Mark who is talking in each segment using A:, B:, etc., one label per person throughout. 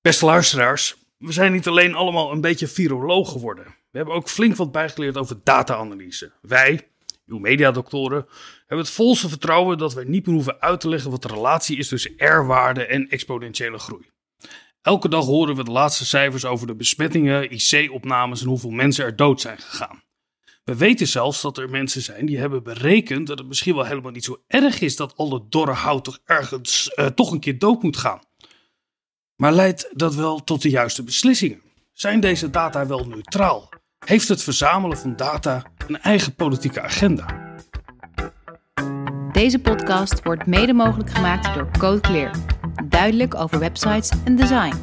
A: Beste luisteraars, we zijn niet alleen allemaal een beetje viroloog geworden. We hebben ook flink wat bijgeleerd over data-analyse. Wij, uw mediadoktoren, hebben het volste vertrouwen dat we niet meer hoeven uit te leggen wat de relatie is tussen R-waarde en exponentiële groei. Elke dag horen we de laatste cijfers over de besmettingen, IC-opnames en hoeveel mensen er dood zijn gegaan. We weten zelfs dat er mensen zijn die hebben berekend dat het misschien wel helemaal niet zo erg is dat al het dorre hout toch ergens toch een keer dood moet gaan. Maar leidt dat wel tot de juiste beslissingen? Zijn deze data wel neutraal? Heeft het verzamelen van data een eigen politieke agenda?
B: Deze podcast wordt mede mogelijk gemaakt door Code Clear. Duidelijk over websites en design.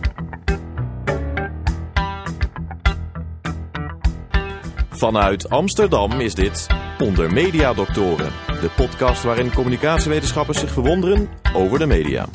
C: Vanuit Amsterdam is dit Onder Mediadoktoren, de podcast waarin communicatiewetenschappers zich verwonderen over de media.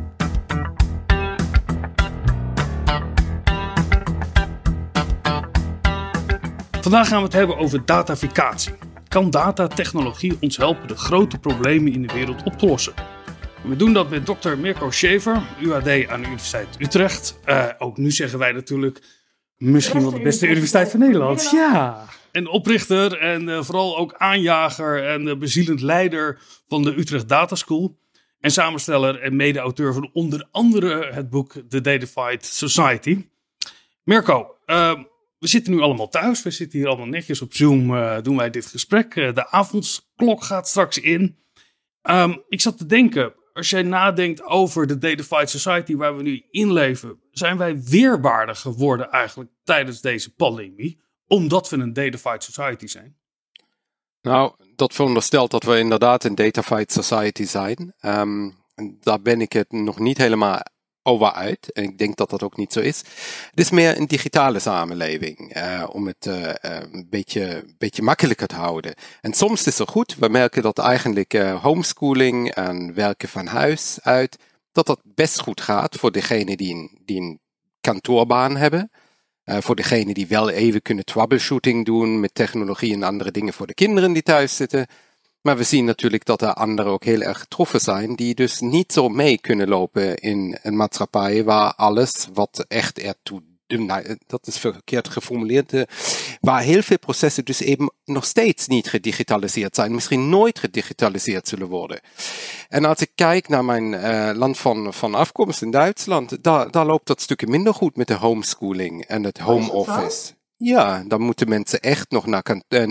A: Vandaag gaan we het hebben over dataficatie. Kan datatechnologie ons helpen de grote problemen in de wereld op te lossen? We doen dat met Dr. Mirko Schaefer, UAD aan de Universiteit Utrecht. Ook nu zeggen wij natuurlijk misschien wel de beste universiteit van Nederland. Ja. En oprichter en vooral ook aanjager en bezielend leider van de Utrecht Data School. En samensteller en mede-auteur van onder andere het boek The Datafied Society. Mirko, we zitten nu allemaal thuis. We zitten hier allemaal netjes op Zoom. Doen wij dit gesprek. De avondklok gaat straks in. Ik zat te denken, als jij nadenkt over de Datafied Society waar we nu in leven, zijn wij weerbaarder geworden eigenlijk tijdens deze pandemie, omdat we een Datafied Society zijn?
D: Nou, dat veronderstelt dat we inderdaad een Datafied Society zijn. Daar ben ik het nog niet helemaal over uit. En ik denk dat dat ook niet zo is. Het is meer een digitale samenleving. Om het een beetje makkelijker te houden. En soms is het goed. We merken dat eigenlijk homeschooling en werken van huis uit, dat best goed gaat voor degenen die een kantoorbaan hebben. Voor degenen die wel even kunnen troubleshooting doen met technologie en andere dingen voor de kinderen die thuis zitten. Maar we zien natuurlijk dat er anderen ook heel erg getroffen zijn, die dus niet zo mee kunnen lopen in een maatschappij waar alles wat echt ertoe, dat is verkeerd geformuleerd, waar heel veel processen dus even nog steeds niet gedigitaliseerd zijn, misschien nooit gedigitaliseerd zullen worden. En als ik kijk naar mijn land van afkomst in Duitsland, daar loopt dat stukken minder goed met de homeschooling en het home office. Ja, dan moeten mensen echt nog naar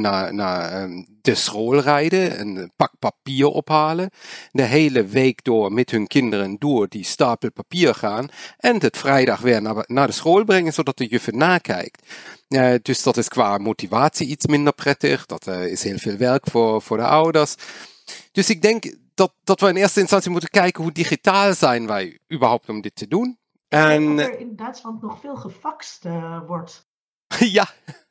D: de school rijden, een pak papier ophalen, de hele week door met hun kinderen door die stapel papier gaan en het vrijdag weer naar de school brengen, zodat de juf nakijkt. Dus dat is qua motivatie iets minder prettig, dat is heel veel werk voor de ouders. Dus ik denk dat we in eerste instantie moeten kijken hoe digitaal zijn wij überhaupt om dit te doen.
E: En dat er in Duitsland nog veel gefaxt wordt.
D: Ja.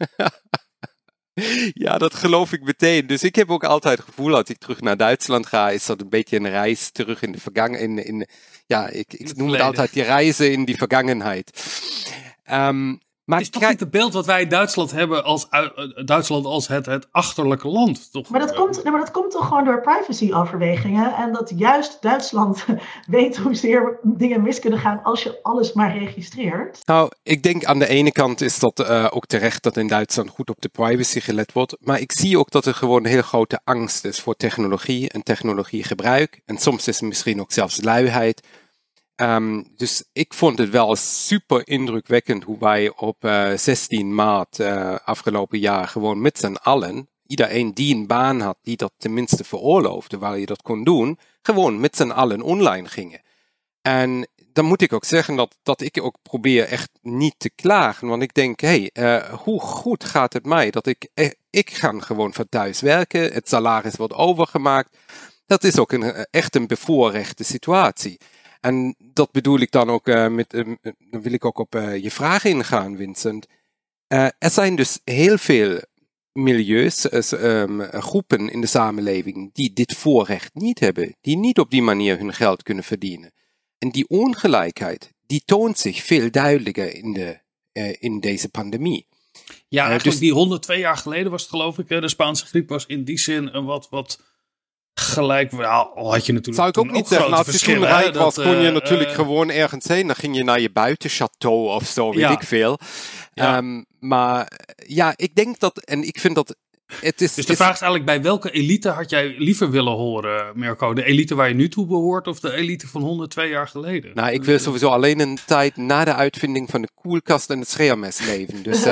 D: Ja, dat geloof ik meteen. Dus ik heb ook altijd het gevoel, als ik terug naar Duitsland ga, is dat een beetje een reis terug in de vergangenheid. Ik noem het altijd die reizen in die vergangenheid.
A: Maar het is toch niet het beeld wat wij in Duitsland hebben als Duitsland als het achterlijke land, toch?
E: Maar dat komt toch gewoon door privacy-overwegingen en dat juist Duitsland weet hoezeer dingen mis kunnen gaan als je alles maar registreert?
D: Nou, ik denk aan de ene kant is dat ook terecht dat in Duitsland goed op de privacy gelet wordt, maar ik zie ook dat er gewoon een heel grote angst is voor technologie en technologiegebruik en soms is er misschien ook zelfs luiheid. Dus ik vond het wel super indrukwekkend hoe wij op 16 maart afgelopen jaar gewoon met z'n allen, iedereen die een baan had die dat tenminste veroorloofde, waar je dat kon doen, gewoon met z'n allen online gingen. En dan moet ik ook zeggen dat ik ook probeer echt niet te klagen, want ik denk, hoe goed gaat het mij dat ik ga gewoon van thuis werken, het salaris wordt overgemaakt, dat is ook echt een bevoorrechte situatie. En dat bedoel ik dan ook dan wil ik ook op je vraag ingaan, Vincent. Er zijn dus heel veel milieus, groepen in de samenleving die dit voorrecht niet hebben, die niet op die manier hun geld kunnen verdienen. En die ongelijkheid, die toont zich veel duidelijker in deze pandemie.
A: Ja, eigenlijk dus die 102 jaar geleden was het geloof ik, de Spaanse griep was in die zin een wat gelijk, al had je natuurlijk.
D: Zou ik ook niet zeggen, als je toen rijk was, kon je natuurlijk gewoon ergens heen. Dan ging je naar je buitenchâteau of zo, weet ik veel. Ja. Maar ja, ik denk dat, en ik vind dat het is...
A: Dus de vraag is eigenlijk, bij welke elite had jij liever willen horen, Mirko? De elite waar je nu toe behoort of de elite van 102 jaar geleden?
D: Nou, ik wil sowieso alleen een tijd na de uitvinding van de koelkast en het scheermes leven. Dus,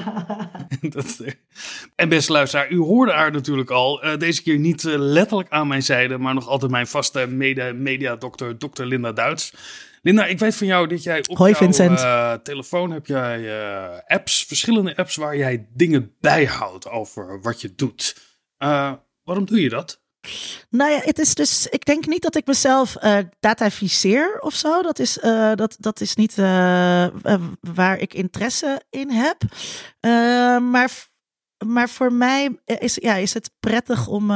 A: En beste luisteraar, u hoorde haar natuurlijk al. Deze keer niet letterlijk aan mijn zijde, maar nog altijd mijn vaste mediadokter, Dr. Linda Duits. Linda, ik weet van jou dat jij op jouw telefoon heb jij apps, verschillende apps waar jij dingen bijhoudt over wat je doet. Waarom doe je dat?
E: Nou ja, het is dus, ik denk niet dat ik mezelf dataficeer of zo. Dat is niet waar ik interesse in heb. Maar voor mij is het prettig om...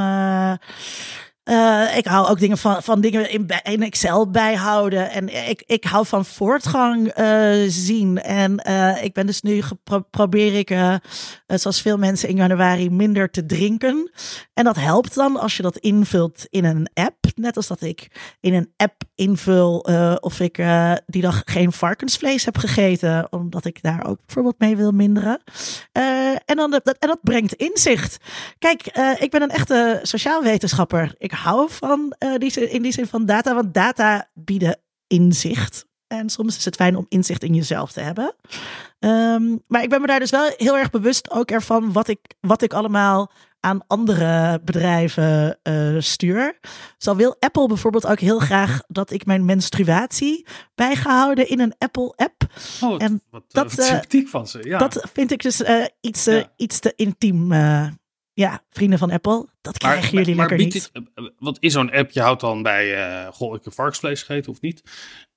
E: ik hou ook dingen van dingen in Excel bijhouden. En ik hou van voortgang zien. En ik ben dus nu probeer ik, zoals veel mensen in januari, minder te drinken. En dat helpt dan als je dat invult in een app. Net als dat ik in een app invul of ik die dag geen varkensvlees heb gegeten. Omdat ik daar ook bijvoorbeeld mee wil minderen. En dat brengt inzicht. Kijk, ik ben een echte sociaal wetenschapper. Ik hou van in die zin van data, want data bieden inzicht. En soms is het fijn om inzicht in jezelf te hebben. Maar ik ben me daar dus wel heel erg bewust ook ervan wat ik allemaal aan andere bedrijven stuur. Zo wil Apple bijvoorbeeld ook heel graag dat ik mijn menstruatie bijgehouden in een Apple-app.
A: Oh, wat sympathiek van ze. Ja.
E: Dat vind ik dus iets te intiem. Ja, vrienden van Apple, dat krijgen jullie lekker niet.
A: Wat is zo'n app? Je houdt dan bij, ik heb varkensvlees gegeten of niet?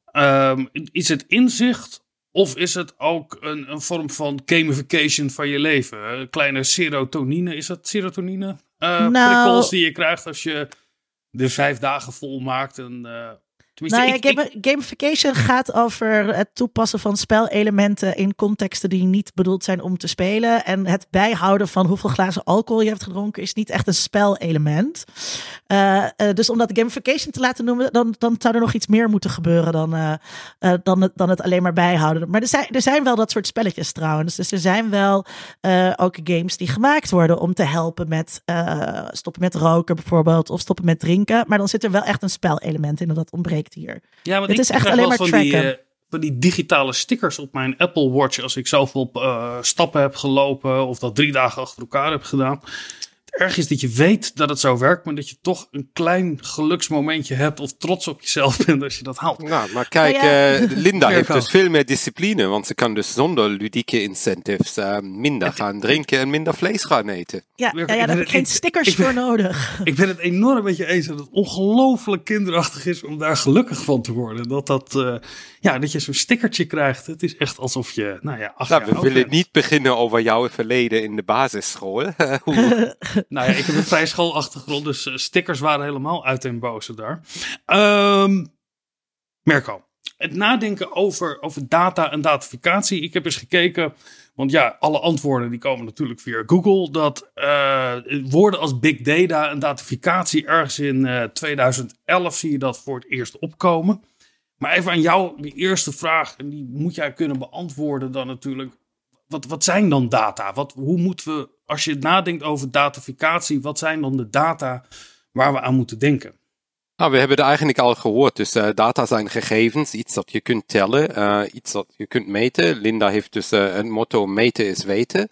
A: Is het inzicht of is het ook een vorm van gamification van je leven? Kleine serotonine, is dat serotonine? Prikkels die je krijgt als je de 5 dagen volmaakt en...
E: Gamification gaat over het toepassen van spelelementen in contexten die niet bedoeld zijn om te spelen. En het bijhouden van hoeveel glazen alcohol je hebt gedronken is niet echt een spelelement. Dus om dat gamification te laten noemen, dan zou er nog iets meer moeten gebeuren dan het alleen maar bijhouden. Maar er zijn wel dat soort spelletjes trouwens. Dus er zijn wel ook games die gemaakt worden om te helpen met stoppen met roken bijvoorbeeld of stoppen met drinken. Maar dan zit er wel echt een spelelement in en dat ontbreekt hier.
A: Ja, want het is echt alleen maar tracken. Van die digitale stickers op mijn Apple Watch als ik zoveel stappen heb gelopen of dat 3 dagen achter elkaar heb gedaan. Het erg is dat je weet dat het zo werkt, maar dat je toch een klein geluksmomentje hebt of trots op jezelf bent als je dat haalt.
D: Nou, maar kijk, Linda heeft dus veel meer discipline, want ze kan dus zonder ludieke incentives minder gaan drinken en minder vlees gaan eten.
E: Ja, daar heb ik geen stickers voor nodig.
A: Ik ben het enorm met je eens dat het ongelooflijk kinderachtig is om daar gelukkig van te worden. Dat je zo'n stickertje krijgt. Het is echt alsof je,
D: we willen niet beginnen over jouw verleden in de basisschool.
A: Nou ja, ik heb een vrij schoolachtergrond, dus stickers waren helemaal uit den boze daar. Mirko, het nadenken over data en dataficatie. Ik heb eens gekeken, want ja, alle antwoorden die komen natuurlijk via Google. Dat woorden als big data en dataficatie ergens in 2011 zie je dat voor het eerst opkomen. Maar even aan jou, die eerste vraag, en die moet jij kunnen beantwoorden dan natuurlijk. Wat zijn dan data? Hoe moeten we, als je nadenkt over dataficatie, wat zijn dan de data waar we aan moeten denken?
D: Nou, we hebben het eigenlijk al gehoord. Dus data zijn gegevens, iets dat je kunt tellen, iets dat je kunt meten. Linda heeft dus het motto meten is weten.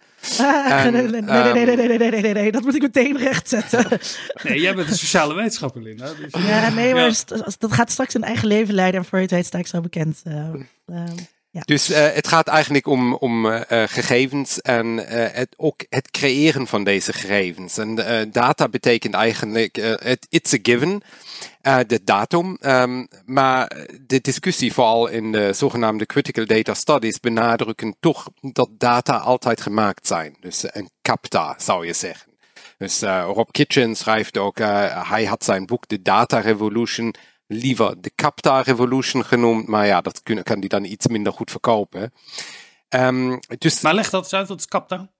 E: Nee, dat moet ik meteen rechtzetten.
A: Nee, jij bent een sociale wetenschapper, Linda. Dus...
E: Ja, nee, maar dat gaat straks een eigen leven leiden en voor je het weet sta ik zo bekend. Ja.
D: Dus het gaat eigenlijk om gegevens en ook het creëren van deze gegevens. En data betekent eigenlijk, it's a given, de datum. Maar de discussie, vooral in de zogenaamde critical data studies, benadrukken toch dat data altijd gemaakt zijn. Dus een CAPTA zou je zeggen. Dus Rob Kitchen schrijft ook, hij had zijn boek The Data Revolution liever de CAPTA Revolution genoemd, maar ja, dat kan die dan iets minder goed verkopen.
A: Maar leg dat eens uit, wat is CAPTA?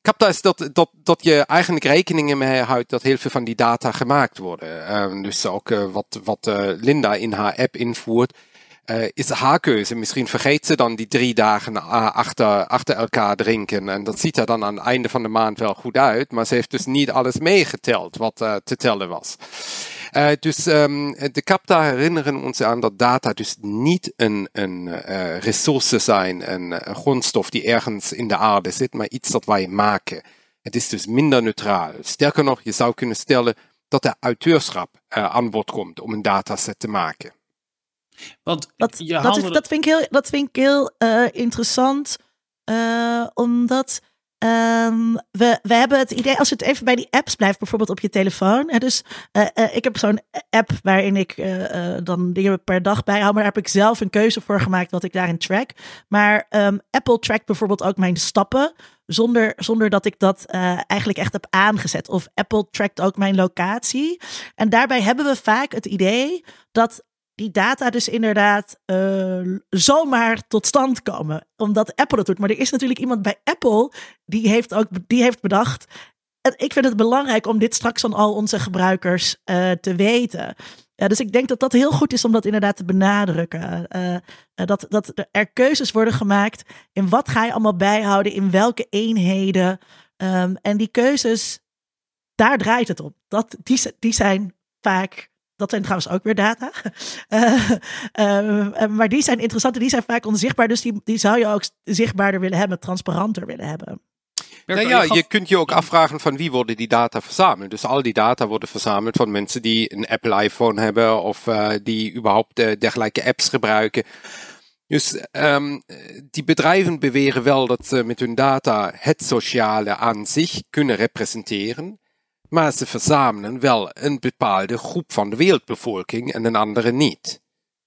D: CAPTCHA is dat je eigenlijk rekeningen mee houdt dat heel veel van die data gemaakt worden. Dus ook wat Linda in haar app invoert, is haar keuze. Misschien vergeet ze dan die 3 dagen achter elkaar drinken. En dat ziet er dan aan het einde van de maand wel goed uit. Maar ze heeft dus niet alles meegeteld wat te tellen was. Dus de CAPTCHA herinneren ons aan dat data dus niet een resource zijn, een grondstof die ergens in de aarde zit, maar iets dat wij maken. Het is dus minder neutraal. Sterker nog, je zou kunnen stellen dat er auteurschap aan bod komt om een dataset te maken.
A: Want
E: dat vind ik heel interessant, omdat we hebben het idee, als het even bij die apps blijft, bijvoorbeeld op je telefoon. Dus ik heb zo'n app waarin ik dan dingen per dag bijhoud, maar daar heb ik zelf een keuze voor gemaakt wat ik daarin track. Maar Apple trackt bijvoorbeeld ook mijn stappen, zonder dat ik dat eigenlijk echt heb aangezet. Of Apple trackt ook mijn locatie. En daarbij hebben we vaak het idee dat die data dus inderdaad zomaar tot stand komen. Omdat Apple dat doet. Maar er is natuurlijk iemand bij Apple die heeft bedacht. Ik vind het belangrijk om dit straks aan al onze gebruikers te weten. Dus ik denk dat dat heel goed is om dat inderdaad te benadrukken. Dat er keuzes worden gemaakt in wat ga je allemaal bijhouden, in welke eenheden. En die keuzes, daar draait het om. Die zijn vaak... Dat zijn trouwens ook weer data. Maar die zijn interessant en die zijn vaak onzichtbaar. Dus die zou je ook zichtbaarder willen hebben, transparanter willen hebben.
D: Je kunt je ook afvragen van wie worden die data verzameld. Dus al die data worden verzameld van mensen die een Apple iPhone hebben of die überhaupt dergelijke apps gebruiken. Dus die bedrijven beweren wel dat ze met hun data het sociale aan zich kunnen representeren. Maar ze verzamelen wel een bepaalde groep van de wereldbevolking en een andere niet.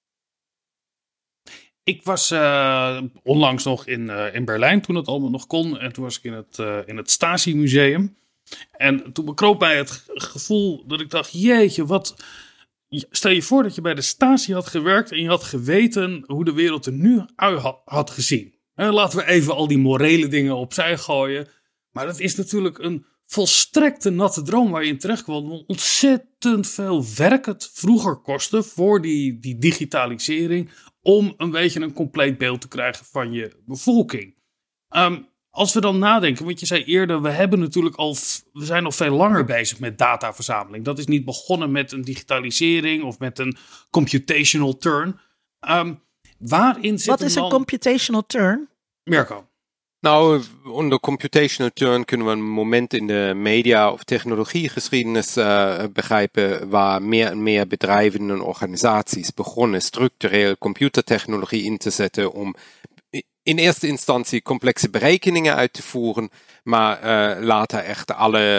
A: Ik was onlangs nog in Berlijn toen het allemaal nog kon. En toen was ik in het Stasi-museum. En toen bekroop mij het gevoel dat ik dacht, jeetje, stel je voor dat je bij de Stasi had gewerkt en je had geweten hoe de wereld er nu uit had gezien. En laten we even al die morele dingen opzij gooien. Maar dat is natuurlijk een volstrekte natte droom waar je in terecht kwam. Ontzettend veel werk het vroeger kostte voor die digitalisering om een beetje een compleet beeld te krijgen van je bevolking. Als we dan nadenken, want je zei eerder, we zijn al veel langer bezig met dataverzameling. Dat is niet begonnen met een digitalisering of met een computational turn. Waarin zit
E: Wat is een computational turn?
A: Mirko.
D: Nou, onder computational turn kunnen we een moment in de media- of technologiegeschiedenis begrijpen waar meer en meer bedrijven en organisaties begonnen structureel computertechnologie in te zetten om in eerste instantie complexe berekeningen uit te voeren, maar later echt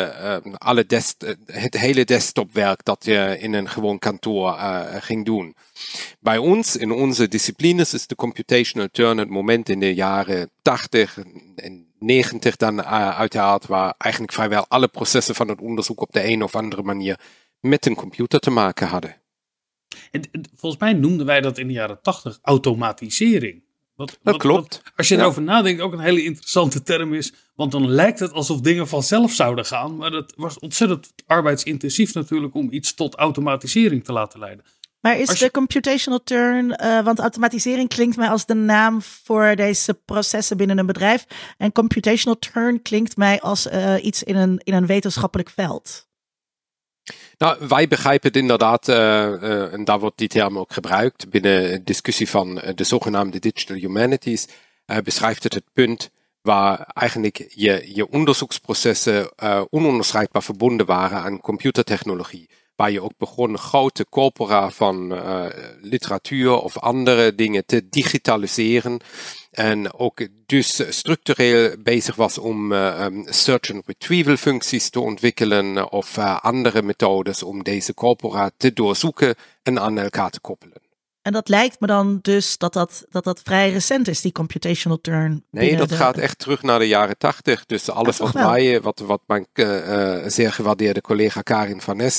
D: het hele desktopwerk dat je in een gewoon kantoor ging doen. Bij ons, in onze disciplines, is de computational turn het moment in de jaren 80 en 90 dan uiteraard waar eigenlijk vrijwel alle processen van het onderzoek op de een of andere manier met een computer te maken hadden.
A: En volgens mij noemden wij dat in de jaren 80 automatisering.
D: Dat klopt.
A: Als je erover nadenkt, ook een hele interessante term is. Want dan lijkt het alsof dingen vanzelf zouden gaan. Maar dat was ontzettend arbeidsintensief natuurlijk om iets tot automatisering te laten leiden.
E: Maar is de computational turn, want automatisering klinkt mij als de naam voor deze processen binnen een bedrijf. En computational turn klinkt mij als iets in een wetenschappelijk veld.
D: Nou, wij begrijpen het inderdaad, en daar wordt die term ook gebruikt, binnen de discussie van de zogenaamde digital humanities, beschrijft het punt waar eigenlijk je onderzoeksprocessen ononderscheidbaar verbonden waren aan computertechnologie. Waar je ook begon grote corpora van literatuur of andere dingen te digitaliseren. En ook dus structureel bezig was om search and retrieval functies te ontwikkelen of andere methodes om deze corpora te doorzoeken en aan elkaar te koppelen.
E: En dat lijkt me dan dus dat vrij recent is, die computational turn.
D: Nee, dat gaat echt terug naar de jaren 80. Dus alles wat mijn zeer gewaardeerde collega Karin van Nes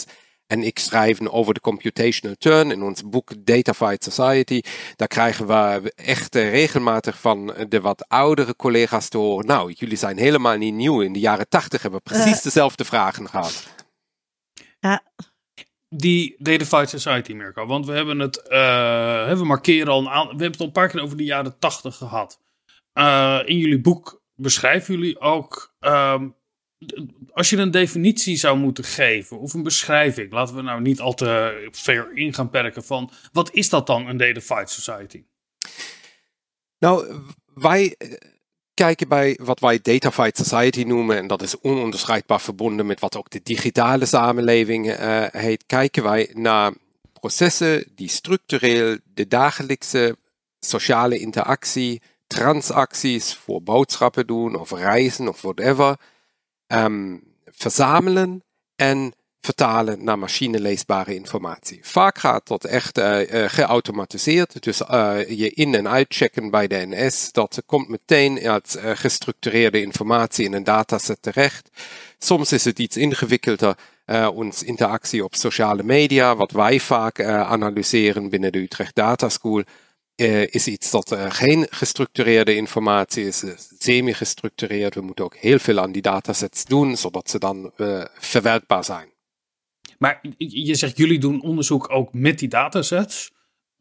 D: en ik schrijven over de computational turn in ons boek Datafied Society. Daar krijgen we echt regelmatig van de wat oudere collega's te horen. Nou, jullie zijn helemaal niet nieuw. In de jaren 80 hebben we precies dezelfde vragen gehad.
E: Ja.
A: Die Datafied Society, Mirko, want we hebben het, we markeren al we hebben het al een paar keer over de jaren 80 gehad. In jullie boek beschrijven jullie ook, als je een definitie zou moeten geven, of een beschrijving, laten we nou niet al te ver in gaan perken van, wat is dat dan, een Datafied Society?
D: Nou, wij kijken bij wat wij Datafied Society noemen, en dat is ononderscheidbaar verbonden met wat ook de digitale samenleving heet, kijken wij naar processen die structureel de dagelijkse sociale interactie, transacties voor boodschappen doen of reizen of whatever, verzamelen en vertalen naar machineleesbare informatie. Vaak gaat dat echt geautomatiseerd, dus je in- en uitchecken bij de NS, dat komt meteen als gestructureerde informatie in een dataset terecht. Soms is het iets ingewikkelder, ons interactie op sociale media, wat wij vaak analyseren binnen de Utrecht Data School, is iets dat geen gestructureerde informatie is, semi-gestructureerd. We moeten ook heel veel aan die datasets doen, zodat ze dan verwerkbaar zijn.
A: Maar je zegt, jullie doen onderzoek ook met die datasets.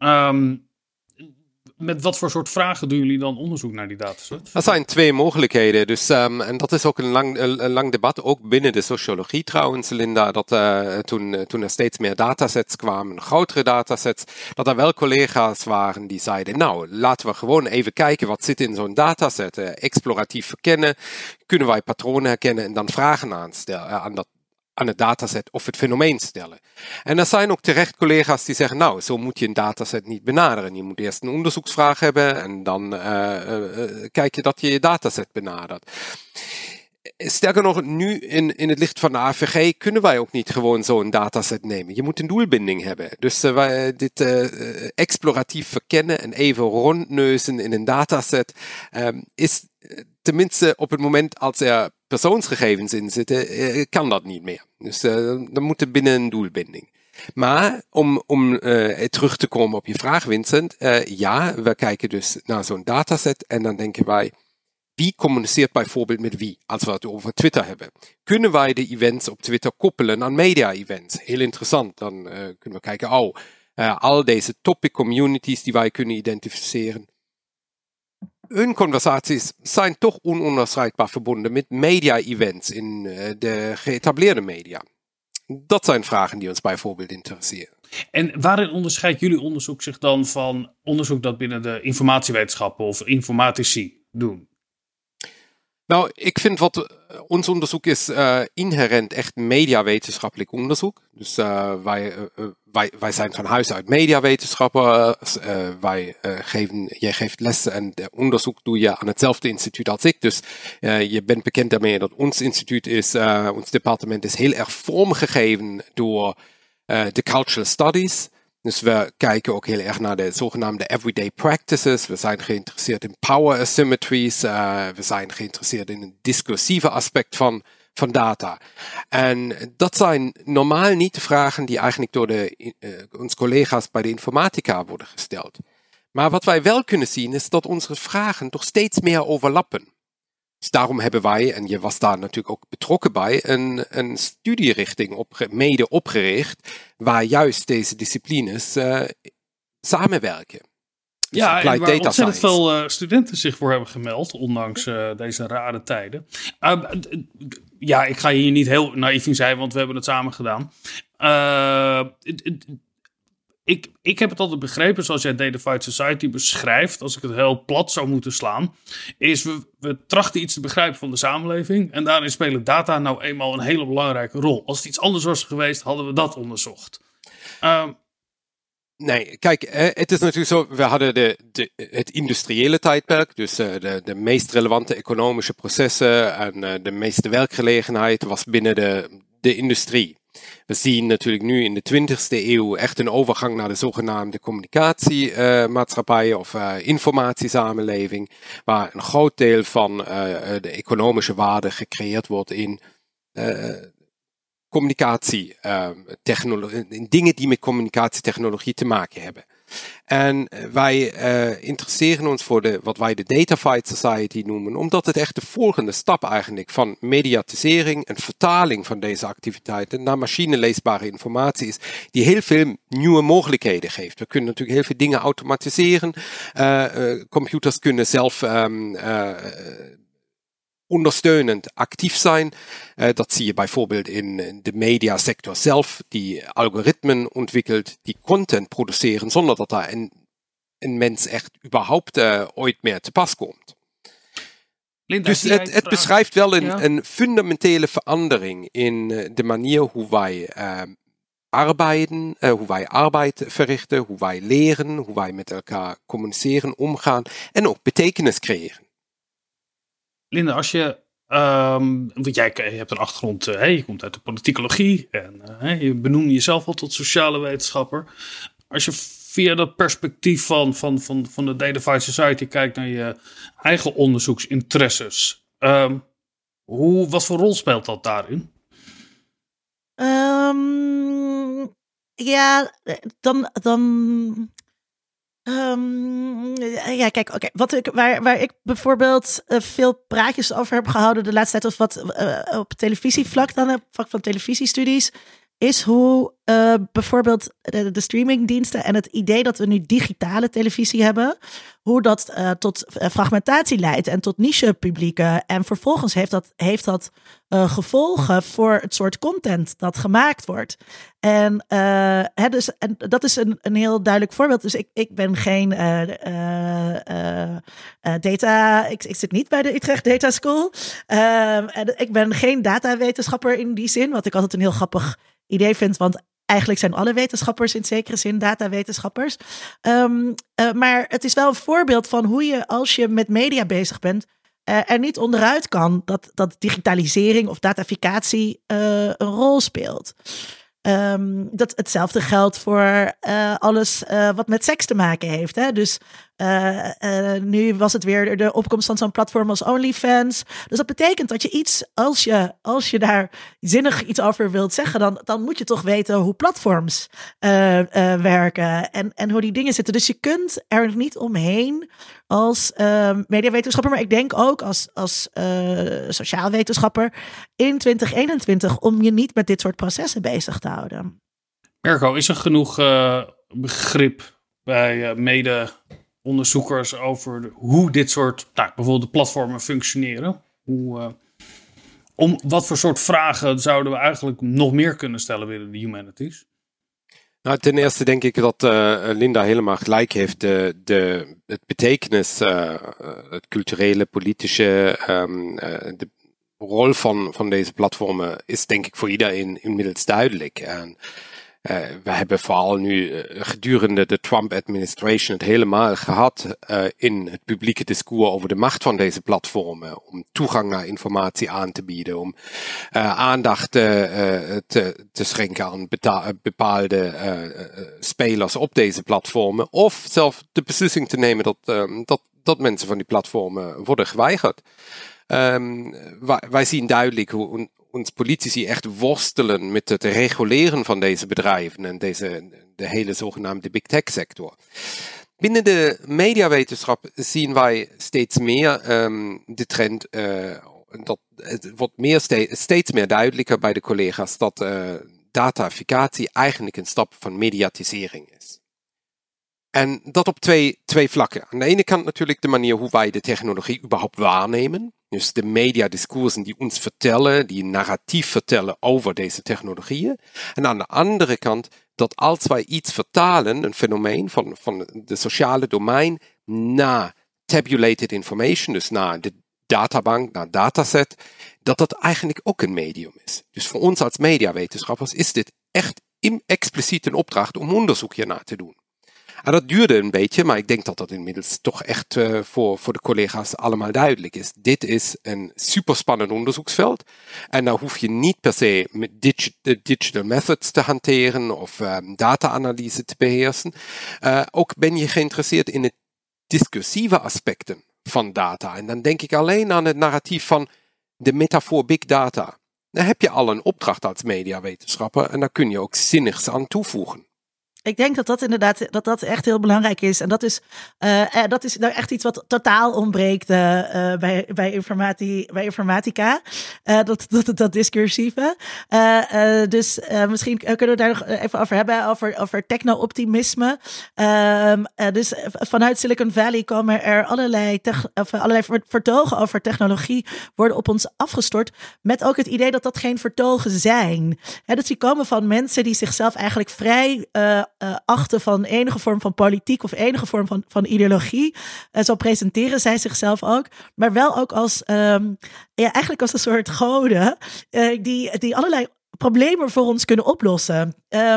A: Met wat voor soort vragen doen jullie dan onderzoek naar die datasets?
D: Er zijn twee mogelijkheden. Dus, en dat is ook een lang debat, ook binnen de sociologie trouwens, Linda, dat toen er steeds meer datasets kwamen, grotere datasets, dat er wel collega's waren die zeiden, nou, laten we gewoon even kijken wat zit in zo'n dataset. Exploratief verkennen, kunnen wij patronen herkennen en dan vragen aan het dataset of het fenomeen stellen. En er zijn ook terecht collega's die zeggen, nou, zo moet je een dataset niet benaderen. Je moet eerst een onderzoeksvraag hebben en dan kijk je dat je je dataset benadert. Sterker nog, nu in het licht van de AVG kunnen wij ook niet gewoon zo'n dataset nemen. Je moet een doelbinding hebben. Dus dit exploratief verkennen en even rondneuzen in een dataset is tenminste op het moment als er persoonsgegevens in zitten, kan dat niet meer. Dus dan moet er binnen een doelbinding. Maar om terug te komen op je vraag, Vincent, ja, we kijken dus naar zo'n dataset en dan denken wij, wie communiceert bijvoorbeeld met wie, als we het over Twitter hebben? Kunnen wij de events op Twitter koppelen aan media-events? Heel interessant, dan kunnen we kijken, al deze topic communities die wij kunnen identificeren. Hun conversaties zijn toch ononderscheidbaar verbonden met media-events in de geëtableerde media. Dat zijn vragen die ons bijvoorbeeld interesseren.
A: En waarin onderscheidt jullie onderzoek zich dan van onderzoek dat binnen de informatiewetenschappen of informatici doen?
D: Nou, ik vind wat ons onderzoek is inherent echt mediawetenschappelijk onderzoek. Dus wij zijn van huis uit mediawetenschappers. Jij geeft lessen en onderzoek doe je aan hetzelfde instituut als ik. Dus je bent bekend daarmee dat ons instituut ons departement is heel erg vormgegeven door de cultural studies. Dus we kijken ook heel erg naar de zogenaamde everyday practices. We zijn geïnteresseerd in power asymmetries. We zijn geïnteresseerd in een discursieve aspect van data. En dat zijn normaal niet de vragen die eigenlijk door onze collega's bij de informatica worden gesteld. Maar wat wij wel kunnen zien is dat onze vragen toch steeds meer overlappen. Dus daarom hebben wij, en je was daar natuurlijk ook betrokken bij, een studierichting mede opgericht, waar juist deze disciplines samenwerken. Dus
A: ja, en waar ontzettend veel studenten zich voor hebben gemeld, ondanks deze rare tijden. Ja, ik ga hier niet heel naïef in zijn, want we hebben het samen gedaan. Ik heb het altijd begrepen, zoals jij Datafied Society beschrijft, als ik het heel plat zou moeten slaan, is we trachten iets te begrijpen van de samenleving en daarin spelen data nou eenmaal een hele belangrijke rol. Als het iets anders was geweest, hadden we dat onderzocht.
D: Nee, kijk, het is natuurlijk zo, we hadden het industriële tijdperk, dus de meest relevante economische processen en de meeste werkgelegenheid was binnen de industrie. We zien natuurlijk nu in de 20e eeuw echt een overgang naar de zogenaamde communicatiemaatschappijen of informatiesamenleving, waar een groot deel van de economische waarde gecreëerd wordt in in dingen die met communicatietechnologie te maken hebben. En wij interesseren ons voor wat wij de Datafight Society noemen, omdat het echt de volgende stap eigenlijk van mediatisering en vertaling van deze activiteiten naar machineleesbare informatie is, die heel veel nieuwe mogelijkheden geeft. We kunnen natuurlijk heel veel dingen automatiseren. Computers kunnen zelf ondersteunend actief zijn. Dat zie je bijvoorbeeld in de mediasector zelf, die algoritmen ontwikkelt, die content produceren, zonder dat daar een mens echt überhaupt ooit meer te pas komt.
A: Linda,
D: dus het beschrijft wel een fundamentele verandering in de manier hoe wij arbeiden, hoe wij arbeid verrichten, hoe wij leren, hoe wij met elkaar communiceren, omgaan en ook betekenis creëren.
A: Linda, als je, want je hebt een achtergrond, je komt uit de politicologie en je benoemt jezelf al tot sociale wetenschapper. Als je via dat perspectief van de Datafight Society kijkt naar je eigen onderzoeksinteresses, wat voor rol speelt dat daarin?
E: Kijk, waar ik bijvoorbeeld veel praatjes over heb gehouden de laatste tijd, of wat op televisievlak dan, op vlak van televisiestudies, is hoe bijvoorbeeld de streamingdiensten en het idee dat we nu digitale televisie hebben, hoe dat tot fragmentatie leidt en tot niche-publieken. En vervolgens heeft dat gevolgen voor het soort content dat gemaakt wordt. En dat is een heel duidelijk voorbeeld. Dus ik ben geen ik zit niet bij de Utrecht Data School. En ik ben geen datawetenschapper in die zin, wat ik altijd een heel grappig idee vind, want eigenlijk zijn alle wetenschappers in zekere zin datawetenschappers. Maar het is wel een voorbeeld van hoe je, als je met media bezig bent, er niet onderuit kan dat digitalisering of dataficatie een rol speelt. Dat hetzelfde geldt voor alles wat met seks te maken heeft. Hè? Dus nu was het weer de opkomst van zo'n platform als OnlyFans. Dus dat betekent dat je iets, als je daar zinnig iets over wilt zeggen, dan moet je toch weten hoe platforms werken en hoe die dingen zitten. Dus je kunt er niet omheen als mediawetenschapper, maar ik denk ook als sociaal wetenschapper in 2021 om je niet met dit soort processen bezig te houden.
A: Mirko, is er genoeg begrip bij mede-onderzoekers over hoe dit soort, bijvoorbeeld de platformen functioneren? Om wat voor soort vragen zouden we eigenlijk nog meer kunnen stellen binnen de humanities?
D: Nou, ten eerste denk ik dat Linda helemaal gelijk heeft. Het betekenis, het culturele, politische, de rol van deze platformen is denk ik voor iedereen inmiddels duidelijk. En we hebben vooral nu gedurende de Trump-administration het helemaal gehad in het publieke discours over de macht van deze platformen. Om toegang naar informatie aan te bieden, om aandacht te schenken aan bepaalde spelers op deze platformen. Of zelf de beslissing te nemen dat mensen van die platformen worden geweigerd. Wij zien duidelijk hoe ons politici echt worstelen met het reguleren van deze bedrijven en de hele zogenaamde big tech sector. Binnen de mediawetenschap zien wij steeds meer de trend, dat het wordt steeds meer duidelijker bij de collega's dat dataficatie eigenlijk een stap van mediatisering is. En dat op twee vlakken. Aan de ene kant natuurlijk de manier hoe wij de technologie überhaupt waarnemen. Dus de mediadiscoursen die ons vertellen, die een narratief vertellen over deze technologieën. En aan de andere kant dat als wij iets vertalen, een fenomeen van de sociale domein, naar tabulated information, dus naar de databank, naar dataset, dat eigenlijk ook een medium is. Dus voor ons als mediawetenschappers is dit echt expliciet een opdracht om onderzoek hiernaar te doen. En dat duurde een beetje, maar ik denk dat dat inmiddels toch echt voor de collega's allemaal duidelijk is. Dit is een superspannend onderzoeksveld. En daar hoef je niet per se met digital methods te hanteren of data-analyse te beheersen. Ook ben je geïnteresseerd in de discursieve aspecten van data. En dan denk ik alleen aan het narratief van de metafoor big data. dan heb je al een opdracht als mediawetenschapper en daar kun je ook zinnigs aan toevoegen.
E: Ik denk dat dat inderdaad dat echt heel belangrijk is. En dat is nou echt iets wat totaal ontbreekt bij informatica. Dat discursieve. Dus misschien kunnen we daar nog even over hebben. Over techno-optimisme. Dus vanuit Silicon Valley komen er allerlei vertogen over technologie worden op ons afgestort. Met ook het idee dat dat geen vertogen zijn. Dus die komen van mensen die zichzelf eigenlijk vrij achten van enige vorm van politiek of enige vorm van ideologie. Zo presenteren zij zichzelf ook. Maar wel ook als eigenlijk als een soort goden die allerlei problemen voor ons kunnen oplossen.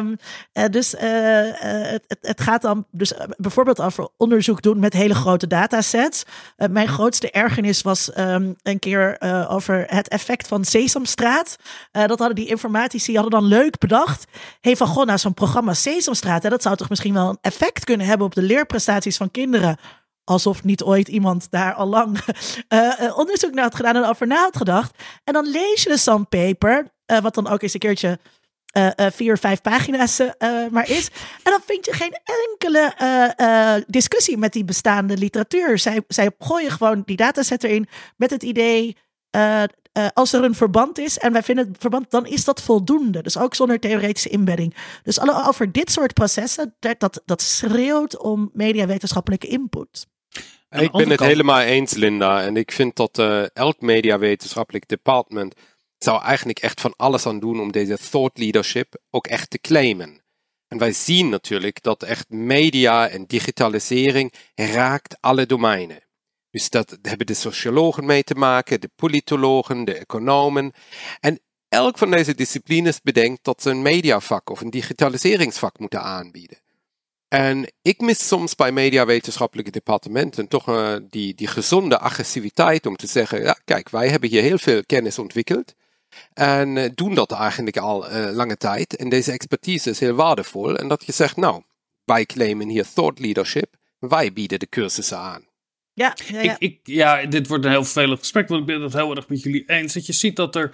E: Het gaat dan dus bijvoorbeeld over onderzoek doen met hele grote datasets. Mijn grootste ergernis was een keer over het effect van Sesamstraat. Dat hadden die informatici dan leuk bedacht. Van goh, nou zo'n programma Sesamstraat, dat zou toch misschien wel een effect kunnen hebben op de leerprestaties van kinderen. Alsof niet ooit iemand daar al lang onderzoek naar had gedaan en over na had gedacht. En dan lees je de sandpaper, wat dan ook eens een keertje 4 of 5 pagina's maar is. En dan vind je geen enkele discussie met die bestaande literatuur. Zij gooien gewoon die dataset erin met het idee, als er een verband is en wij vinden het verband, dan is dat voldoende. Dus ook zonder theoretische inbedding. Dus over dit soort processen, dat schreeuwt om mediawetenschappelijke input.
D: Ik ben het helemaal eens, Linda. En ik vind dat elk mediawetenschappelijk department zou eigenlijk echt van alles aan doen om deze thought leadership ook echt te claimen. En wij zien natuurlijk dat echt media en digitalisering raakt alle domeinen. Dus dat hebben de sociologen mee te maken, de politologen, de economen. En elk van deze disciplines bedenkt dat ze een mediavak of een digitaliseringsvak moeten aanbieden. En ik mis soms bij mediawetenschappelijke departementen toch die gezonde agressiviteit om te zeggen, ja kijk, wij hebben hier heel veel kennis ontwikkeld en doen dat eigenlijk al lange tijd. En deze expertise is heel waardevol. En dat je zegt, nou, wij claimen hier thought leadership, wij bieden de cursussen aan.
E: Ja.
A: Dit wordt een heel vervelend gesprek, want ik ben het heel erg met jullie eens. Dat je ziet dat er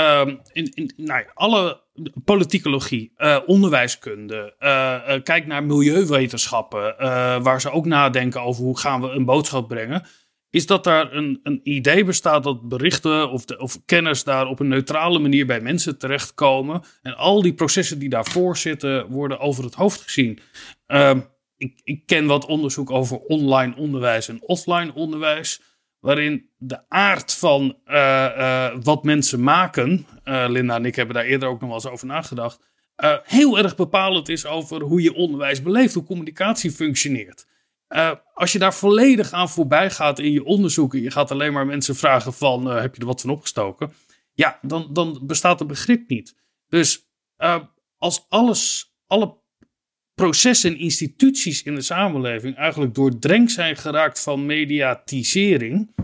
A: alle politicologie, onderwijskunde, kijk naar milieuwetenschappen, waar ze ook nadenken over hoe gaan we een boodschap brengen, is dat daar een idee bestaat dat berichten of kennis daar op een neutrale manier bij mensen terechtkomen. En al die processen die daarvoor zitten, worden over het hoofd gezien. Ik ken wat onderzoek over online onderwijs en offline onderwijs, waarin de aard van wat mensen maken, Linda en ik hebben daar eerder ook nog wel eens over nagedacht, heel erg bepalend is over hoe je onderwijs beleeft, hoe communicatie functioneert. Als je daar volledig aan voorbij gaat in je onderzoeken, je gaat alleen maar mensen vragen van, heb je er wat van opgestoken? Ja, dan bestaat het begrip niet. Dus als alle processen en instituties in de samenleving eigenlijk doordrenkt zijn geraakt van mediatisering,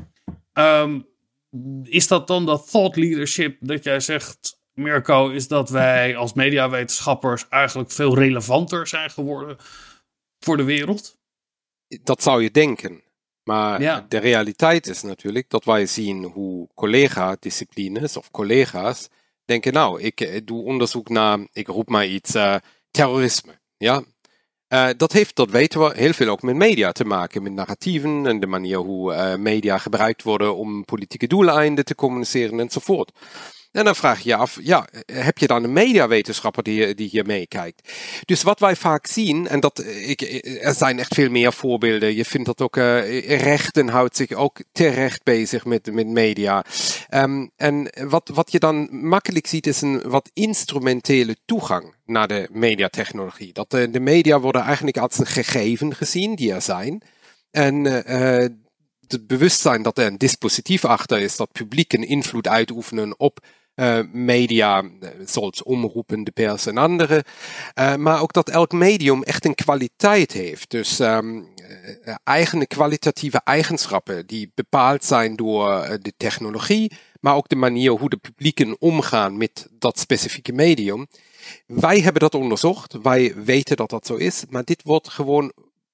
A: is dat dan dat thought leadership dat jij zegt, Mirko, is dat wij als mediawetenschappers eigenlijk veel relevanter zijn geworden voor de wereld?
D: Dat zou je denken. Maar de realiteit is natuurlijk dat wij zien hoe collega-disciplines of collega's denken, nou, ik doe onderzoek naar, ik roep maar iets, terrorisme. Ja, dat weten we, heel veel ook met media te maken, met narratieven en de manier hoe media gebruikt worden om politieke doeleinden te communiceren enzovoort. En dan vraag je je af, heb je dan een mediawetenschapper die hier meekijkt? Dus wat wij vaak zien, en er zijn echt veel meer voorbeelden, je vindt dat ook rechten houdt zich ook terecht bezig met media. En wat je dan makkelijk ziet is een wat instrumentele toegang naar de mediatechnologie. Dat de media worden eigenlijk als een gegeven gezien die er zijn. En het bewustzijn dat er een dispositief achter is, dat publieken invloed uitoefenen op media, zoals omroepen, de pers en andere. Maar ook dat elk medium echt een kwaliteit heeft. Dus eigen kwalitatieve eigenschappen die bepaald zijn door de technologie, maar ook de manier hoe de publieken omgaan met dat specifieke medium. Wij hebben dat onderzocht, wij weten dat dat zo is, maar dit wordt gewoon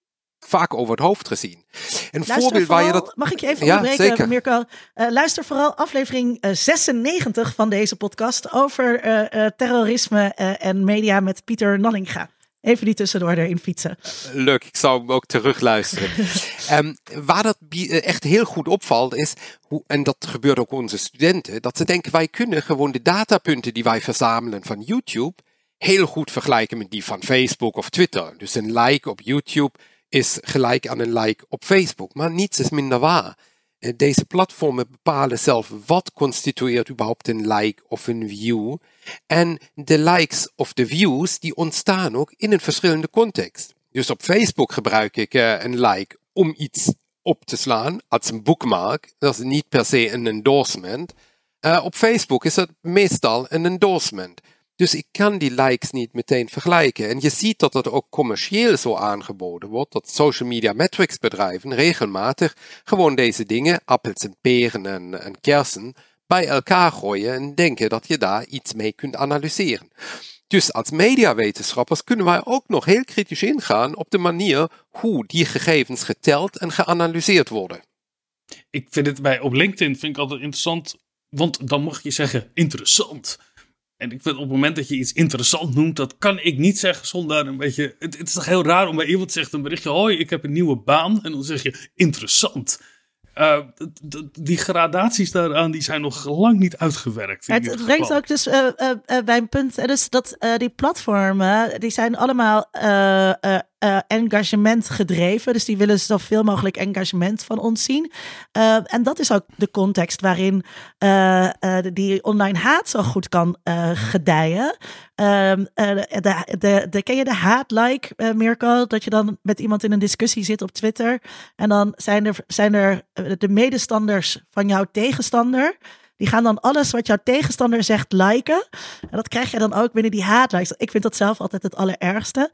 D: vaak over het hoofd gezien. Een
E: Luister
D: voorbeeld waar je dat...
E: Mag ik je even onderbreken,
D: zeker.
E: Mirko? Luister vooral aflevering 96 van deze podcast over terrorisme en media met Pieter Nallinga. Even die tussendoor erin fietsen.
D: Leuk, ik zou hem ook terugluisteren. Waar dat echt heel goed opvalt is, en dat gebeurt ook onze studenten, dat ze denken wij kunnen gewoon de datapunten die wij verzamelen van YouTube heel goed vergelijken met die van Facebook of Twitter. Dus een like op YouTube is gelijk aan een like op Facebook. Maar niets is minder waar. Deze platformen bepalen zelf wat constitueert überhaupt een like of een view. En de likes of de views die ontstaan ook in een verschillende context. Dus op Facebook gebruik ik een like om iets op te slaan als een bookmark. Dat is niet per se een endorsement. Op Facebook is dat meestal een endorsement. Dus ik kan die likes niet meteen vergelijken. En je ziet dat dat ook commercieel zo aangeboden wordt, dat social media metrics bedrijven regelmatig gewoon deze dingen, appels en peren en kersen, bij elkaar gooien en denken dat je daar iets mee kunt analyseren. Dus als mediawetenschappers kunnen wij ook nog heel kritisch ingaan op de manier hoe die gegevens geteld en geanalyseerd worden.
A: Ik vind het op LinkedIn vind ik altijd interessant, want dan mag je zeggen interessant. En ik vind op het moment dat je iets interessant noemt, dat kan ik niet zeggen zonder een beetje... Het is toch heel raar om bij iemand te zeggen een berichtje, hoi, ik heb een nieuwe baan. En dan zeg je interessant. Die gradaties daaraan, die zijn nog lang niet uitgewerkt.
E: Het brengt ook dus bij een punt, dus dat die platformen, die zijn allemaal engagement gedreven. Dus die willen zoveel mogelijk engagement van ons zien. En dat is ook de context waarin die online haat zo goed kan gedijen. Ken je de haat-like, Mirko? Dat je dan met iemand in een discussie zit op Twitter. En dan zijn er de medestanders van jouw tegenstander. Die gaan dan alles wat jouw tegenstander zegt liken. En dat krijg je dan ook binnen die haatlikes. Ik vind dat zelf altijd het allerergste.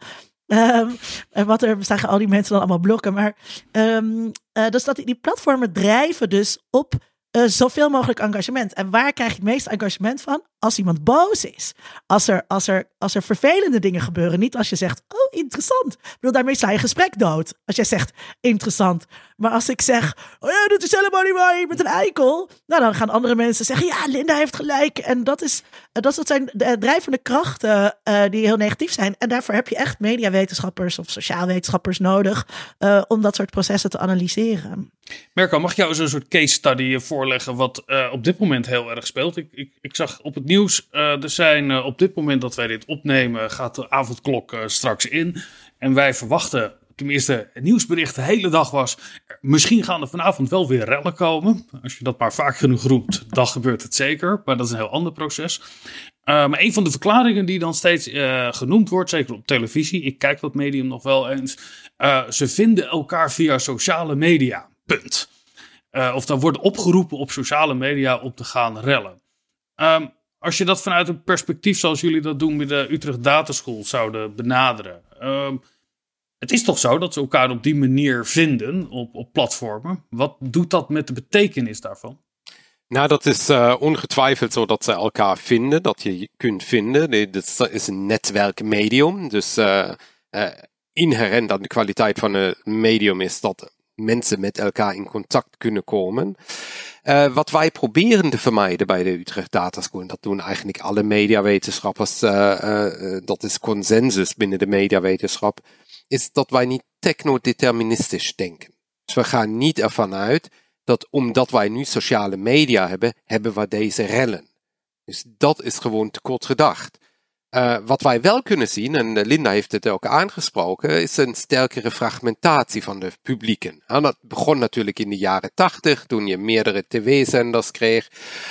E: En wat er zeggen al die mensen dan allemaal blokken. Maar dus dat die platformen drijven dus op zoveel mogelijk engagement. En waar krijg je het meeste engagement van? Als iemand boos is. Als er vervelende dingen gebeuren. Niet als je zegt, oh interessant. Ik bedoel, daarmee sla je gesprek dood. Als jij zegt, interessant. Maar als ik zeg, oh ja, dit is helemaal niet waar. Je bent een eikel. Nou, dan gaan andere mensen zeggen, ja, Linda heeft gelijk. En dat zijn de drijvende krachten die heel negatief zijn. En daarvoor heb je echt mediawetenschappers of sociaalwetenschappers nodig om dat soort processen te analyseren.
A: Mirko, mag ik jou eens een soort case study voorleggen wat op dit moment heel erg speelt? Ik zag op het nieuws, er zijn op dit moment dat wij dit opnemen, gaat de avondklok straks in. En wij verwachten, tenminste het nieuwsbericht de hele dag was, misschien gaan er vanavond wel weer rellen komen. Als je dat maar vaak genoeg roept, dan gebeurt het zeker. Maar dat is een heel ander proces. Maar een van de verklaringen die dan steeds genoemd wordt, zeker op televisie, ik kijk dat medium nog wel eens, ze vinden elkaar via sociale media. Punt. Of dan worden opgeroepen op sociale media om te gaan rellen. Als je dat vanuit een perspectief zoals jullie dat doen met de Utrecht Data School zouden benaderen. Het is toch zo dat ze elkaar op die manier vinden op platformen. Wat doet dat met de betekenis daarvan?
D: Nou, dat is ongetwijfeld zo dat ze elkaar vinden, dat je kunt vinden. Dat is een netwerkmedium. Dus inherent aan de kwaliteit van een medium is dat mensen met elkaar in contact kunnen komen. Wat wij proberen te vermijden bij de Utrecht Data School, en dat doen eigenlijk alle mediawetenschappers, dat is consensus binnen de mediawetenschap, is dat wij niet technodeterministisch denken. Dus we gaan niet ervan uit dat omdat wij nu sociale media hebben, hebben we deze rellen. Dus dat is gewoon te kort gedacht. Wat wij wel kunnen zien, en Linda heeft het ook aangesproken, is een sterkere fragmentatie van de publieken. En dat begon natuurlijk in de jaren 80, toen je meerdere tv-zenders kreeg,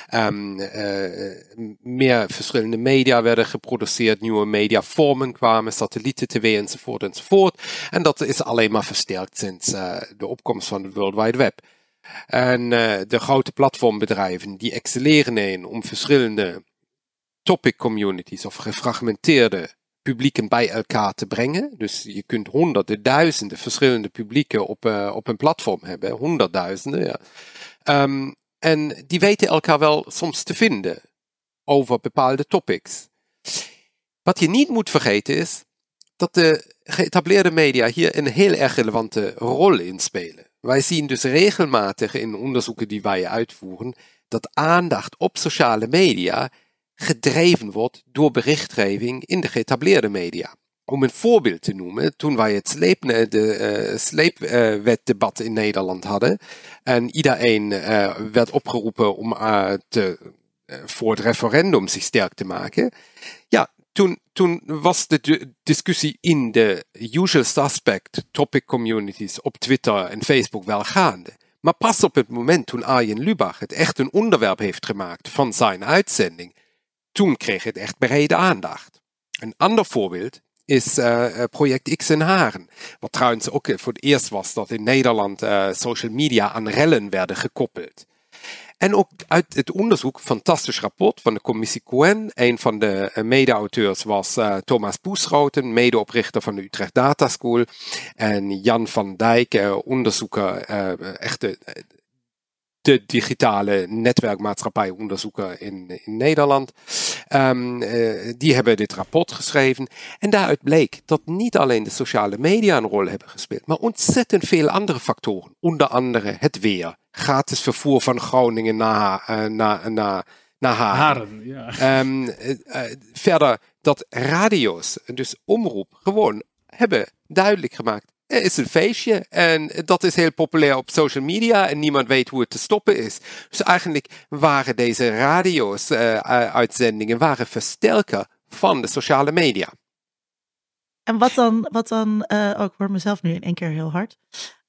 D: meer verschillende media werden geproduceerd, nieuwe mediavormen kwamen, satellieten-tv enzovoort enzovoort. En dat is alleen maar versterkt sinds de opkomst van het World Wide Web. En de grote platformbedrijven die excelleren in om verschillende topic communities of gefragmenteerde publieken bij elkaar te brengen. Dus je kunt honderden, duizenden verschillende publieken op een platform hebben. Honderdduizenden, ja. En die weten elkaar wel soms te vinden over bepaalde topics. Wat je niet moet vergeten is, dat de geëtableerde media hier een heel erg relevante rol in spelen. Wij zien dus regelmatig in onderzoeken die wij uitvoeren, dat aandacht op sociale media gedreven wordt door berichtgeving in de geëtableerde media. Om een voorbeeld te noemen, toen wij het sleepwetdebat in Nederland hadden en iedereen werd opgeroepen om voor het referendum zich sterk te maken, ja, toen was de discussie in de usual suspect topic communities op Twitter en Facebook wel gaande. Maar pas op het moment toen Arjen Lubach het echt een onderwerp heeft gemaakt van zijn uitzending, toen kreeg het echt brede aandacht. Een ander voorbeeld is Project X in Haren. Wat trouwens ook voor het eerst was dat in Nederland social media aan rellen werden gekoppeld. En ook uit het onderzoek, fantastisch rapport van de commissie Cohen. Een van de mede-auteurs was Thomas Poesrouten, medeoprichter van de Utrecht Data School. En Jan van Dijk, onderzoeker, echt de digitale netwerkmaatschappij-onderzoeker in Nederland. Die hebben dit rapport geschreven. En daaruit bleek dat niet alleen de sociale media een rol hebben gespeeld, maar ontzettend veel andere factoren. Onder andere het weer. Gratis vervoer van Groningen naar Haren. Ja. Verder dat radio's, dus omroep, gewoon hebben duidelijk gemaakt. Er is een feestje en dat is heel populair op social media en niemand weet hoe het te stoppen is. Dus eigenlijk waren deze radio's uitzendingen versterker van de sociale media.
E: En wat dan ik hoor mezelf nu in één keer heel hard.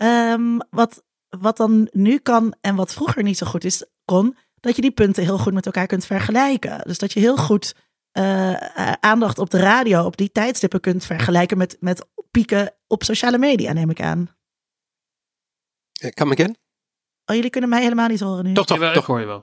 E: Wat dan nu kan en wat vroeger niet zo goed kon, dat je die punten heel goed met elkaar kunt vergelijken. Dus dat je heel goed aandacht op de radio, op die tijdstippen kunt vergelijken met pieken op sociale media, neem ik aan.
D: Come again?
E: Oh, jullie kunnen mij helemaal niet horen nu.
D: Toch,
A: ik hoor je wel.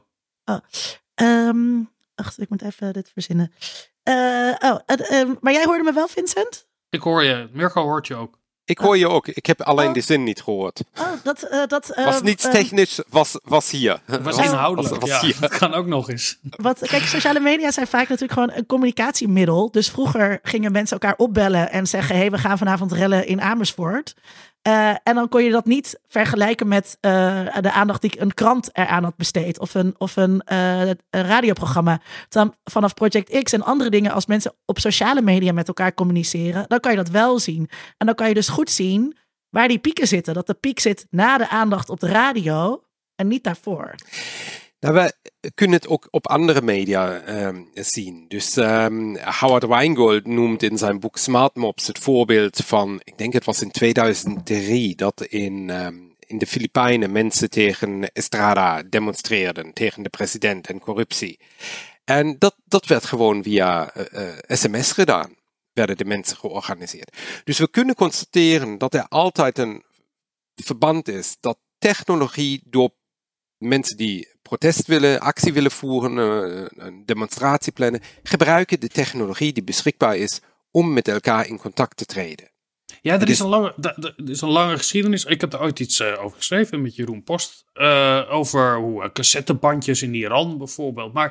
E: Wacht, ik moet even dit verzinnen. Maar jij hoorde me wel, Vincent?
A: Ik hoor je. Mirko hoort je ook.
D: Ik hoor je ook. Ik heb alleen de zin niet gehoord.
E: Was
D: niets technisch, was hier.
A: Was inhoudelijk,
D: was hier.
A: Dat kan ook nog eens.
E: Kijk, sociale media zijn vaak natuurlijk gewoon een communicatiemiddel. Dus vroeger gingen mensen elkaar opbellen en zeggen, hey, we gaan vanavond rellen in Amersfoort. En dan kon je dat niet vergelijken met de aandacht die een krant eraan had besteed. Of een radioprogramma. Dan vanaf Project X en andere dingen, als mensen op sociale media met elkaar communiceren, dan kan je dat wel zien. En dan kan je dus goed zien waar die pieken zitten. Dat de piek zit na de aandacht op de radio en niet daarvoor.
D: Nou, we kunnen het ook op andere media zien. Dus Howard Weingold noemt in zijn boek Smart Mobs het voorbeeld van, ik denk het was in 2003, dat in de Filipijnen mensen tegen Estrada demonstreerden, tegen de president en corruptie. En dat werd gewoon via sms gedaan, werden de mensen georganiseerd. Dus we kunnen constateren dat er altijd een verband is dat technologie door mensen die protest willen, actie willen voeren, een demonstratie plannen, gebruiken de technologie die beschikbaar is om met elkaar in contact te treden.
A: Ja, er is een lange geschiedenis. Ik heb er ooit iets over geschreven met Jeroen Post. Over hoe cassettebandjes in Iran bijvoorbeeld. Maar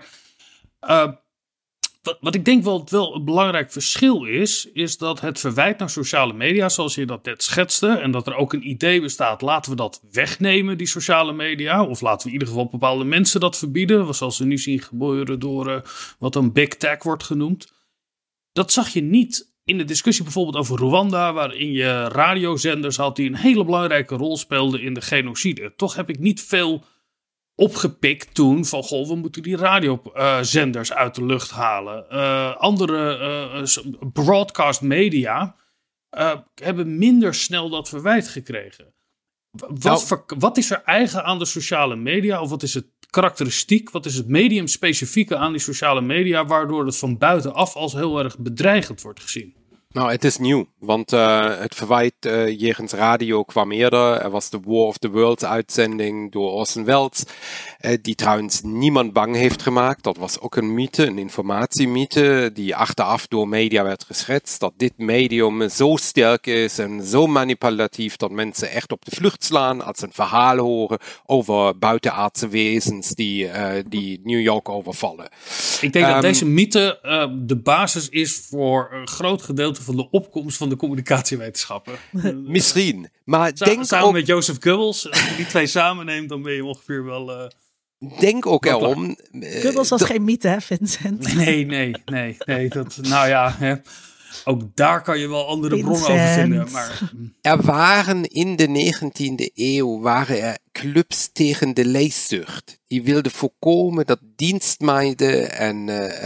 A: wat ik denk wel een belangrijk verschil is dat het verwijt naar sociale media, zoals je dat net schetste, en dat er ook een idee bestaat, laten we dat wegnemen, die sociale media, of laten we in ieder geval bepaalde mensen dat verbieden, zoals we nu zien gebeuren door wat een big tech wordt genoemd. Dat zag je niet in de discussie bijvoorbeeld over Rwanda, waarin je radiozenders had die een hele belangrijke rol speelden in de genocide. Toch heb ik niet veel opgepikt toen van, we moeten die radiozenders uit de lucht halen. Andere broadcast media hebben minder snel dat verwijt gekregen. Wat is er eigen aan de sociale media? Of wat is het karakteristiek? Wat is het medium specifieke aan die sociale media, waardoor het van buitenaf als heel erg bedreigend wordt gezien?
D: Nou, het is nieuw, want het verwijt jegens radio kwam eerder. Er was de War of the Worlds uitzending door Orson Welles, die trouwens niemand bang heeft gemaakt. Dat was ook een mythe, een informatiemythe, die achteraf door media werd geschetst. Dat dit medium zo sterk is en zo manipulatief dat mensen echt op de vlucht slaan als ze een verhaal horen over buitenaardse wezens die New York overvallen.
A: Ik denk dat deze mythe de basis is voor een groot gedeelte van de opkomst van de communicatiewetenschappen.
D: Misschien. Maar
A: samen met Joseph Goebbels, als je die twee samen neemt, dan ben je ongeveer wel...
D: Denk ook erom...
E: Goebbels was geen mythe, hè, Vincent?
A: Nee. Hè. Ook daar kan je wel andere bronnen over vinden. Maar...
D: Er waren in de 19e eeuw clubs tegen de leeszucht. Die wilden voorkomen dat dienstmeiden en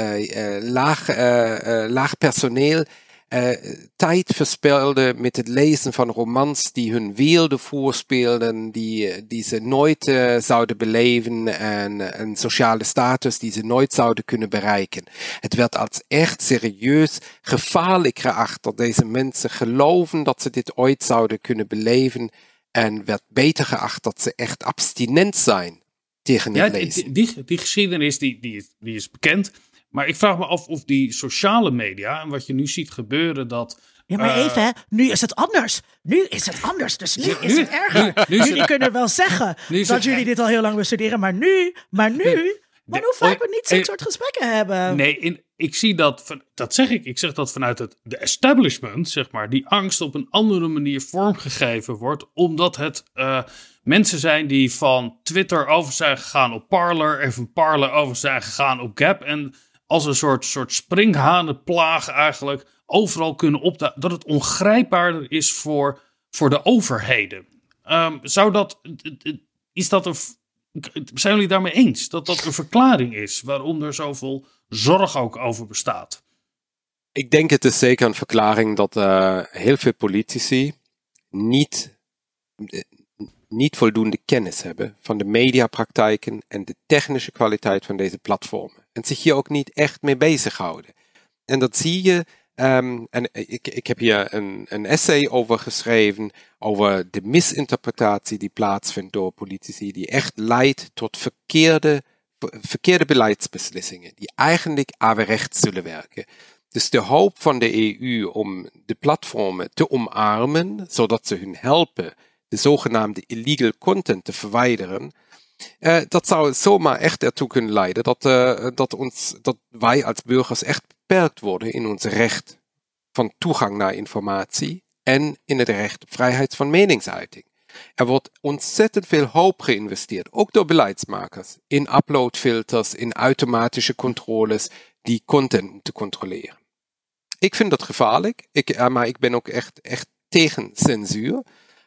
D: laag personeel tijd verspilden met het lezen van romans die hun weelde voorspeelden, die ze nooit zouden beleven en een sociale status die ze nooit zouden kunnen bereiken. Het werd als echt serieus gevaarlijk geacht dat deze mensen geloven dat ze dit ooit zouden kunnen beleven en werd beter geacht dat ze echt abstinent zijn tegen het lezen.
A: Die geschiedenis die is bekend. Maar ik vraag me af of die sociale media en wat je nu ziet gebeuren dat...
E: Ja, maar even, hè. Nu is het anders. Dus nu is het erger. Jullie kunnen wel zeggen dat jullie dit al heel lang bestuderen, maar nu... Maar hoe vaak we niet zo'n soort gesprekken hebben.
A: Nee, ik zie dat zeg ik. Ik zeg dat vanuit de establishment, zeg maar, die angst op een andere manier vormgegeven wordt, omdat het mensen zijn die van Twitter over zijn gegaan op Parler en van Parler over zijn gegaan op Gap en als een soort springhanenplaag eigenlijk overal kunnen opduiken, dat het ongrijpbaarder is voor de overheden. Zijn jullie daarmee eens dat een verklaring is waarom er zoveel zorg ook over bestaat?
D: Ik denk het is zeker een verklaring dat heel veel politici niet voldoende kennis hebben van de mediapraktijken en de technische kwaliteit van deze platformen. En zich hier ook niet echt mee bezighouden. En dat zie je, en ik heb hier een essay over geschreven, over de misinterpretatie die plaatsvindt door politici, die echt leidt tot verkeerde beleidsbeslissingen, die eigenlijk averechts zullen werken. Dus de hoop van de EU om de platformen te omarmen, zodat ze hun helpen de zogenaamde illegal content te verwijderen, dat zou zomaar echt ertoe kunnen leiden dat wij als burgers echt beperkt worden in ons recht van toegang naar informatie en in het recht op vrijheid van meningsuiting. Er wordt ontzettend veel hoop geïnvesteerd, ook door beleidsmakers, in uploadfilters, in automatische controles die content moeten controleren. Ik vind dat gevaarlijk, maar ik ben ook echt tegen censuur.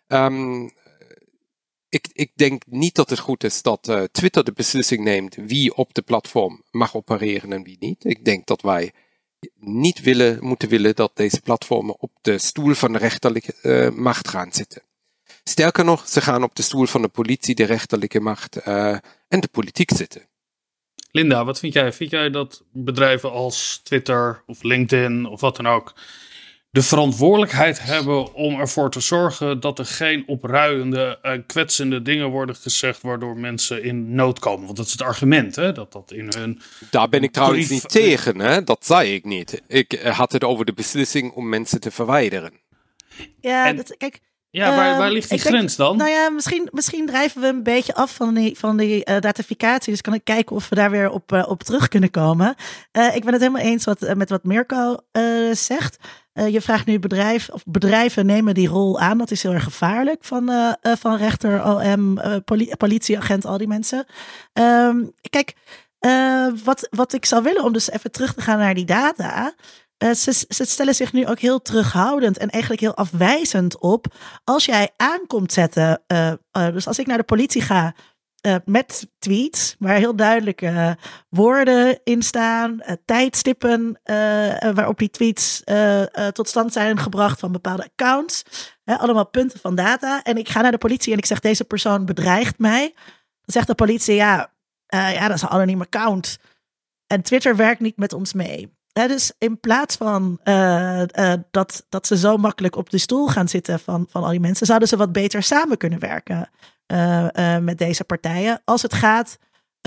D: Ik denk niet dat het goed is dat Twitter de beslissing neemt wie op de platform mag opereren en wie niet. Ik denk dat wij niet moeten willen dat deze platformen op de stoel van de rechterlijke macht gaan zitten. Sterker nog, ze gaan op de stoel van de politie, de rechterlijke macht en de politiek zitten.
A: Linda, wat vind jij? Vind jij dat bedrijven als Twitter of LinkedIn of wat dan ook de verantwoordelijkheid hebben om ervoor te zorgen dat er geen opruiende en kwetsende dingen worden gezegd waardoor mensen in nood komen? Want dat is het argument, hè? Dat in hun...
D: Daar ben ik trouwens niet tegen, hè? Dat zei ik niet. Ik had het over de beslissing om mensen te verwijderen.
E: Ja,
A: kijk... Ja, waar ligt die grens dan?
E: Nou ja, misschien drijven we een beetje af van die dataficatie. Dus kan ik kijken of we daar weer op terug kunnen komen. Ik ben het helemaal eens met wat Mirko zegt. Je vraagt nu bedrijven nemen die rol aan. Dat is heel erg gevaarlijk van rechter, OM, politieagent, al die mensen. Kijk, wat ik zou willen om dus even terug te gaan naar die data. Ze stellen zich nu ook heel terughoudend en eigenlijk heel afwijzend op als jij aan komt zetten. Dus als ik naar de politie ga met tweets waar heel duidelijke woorden in staan, tijdstippen waarop die tweets tot stand zijn gebracht van bepaalde accounts. Allemaal punten van data. En ik ga naar de politie en ik zeg deze persoon bedreigt mij. Dan zegt de politie ja, dat is een anoniem account. En Twitter werkt niet met ons mee. Dus in plaats van dat ze zo makkelijk op de stoel gaan zitten van al die mensen, zouden ze wat beter samen kunnen werken met deze partijen. Als het gaat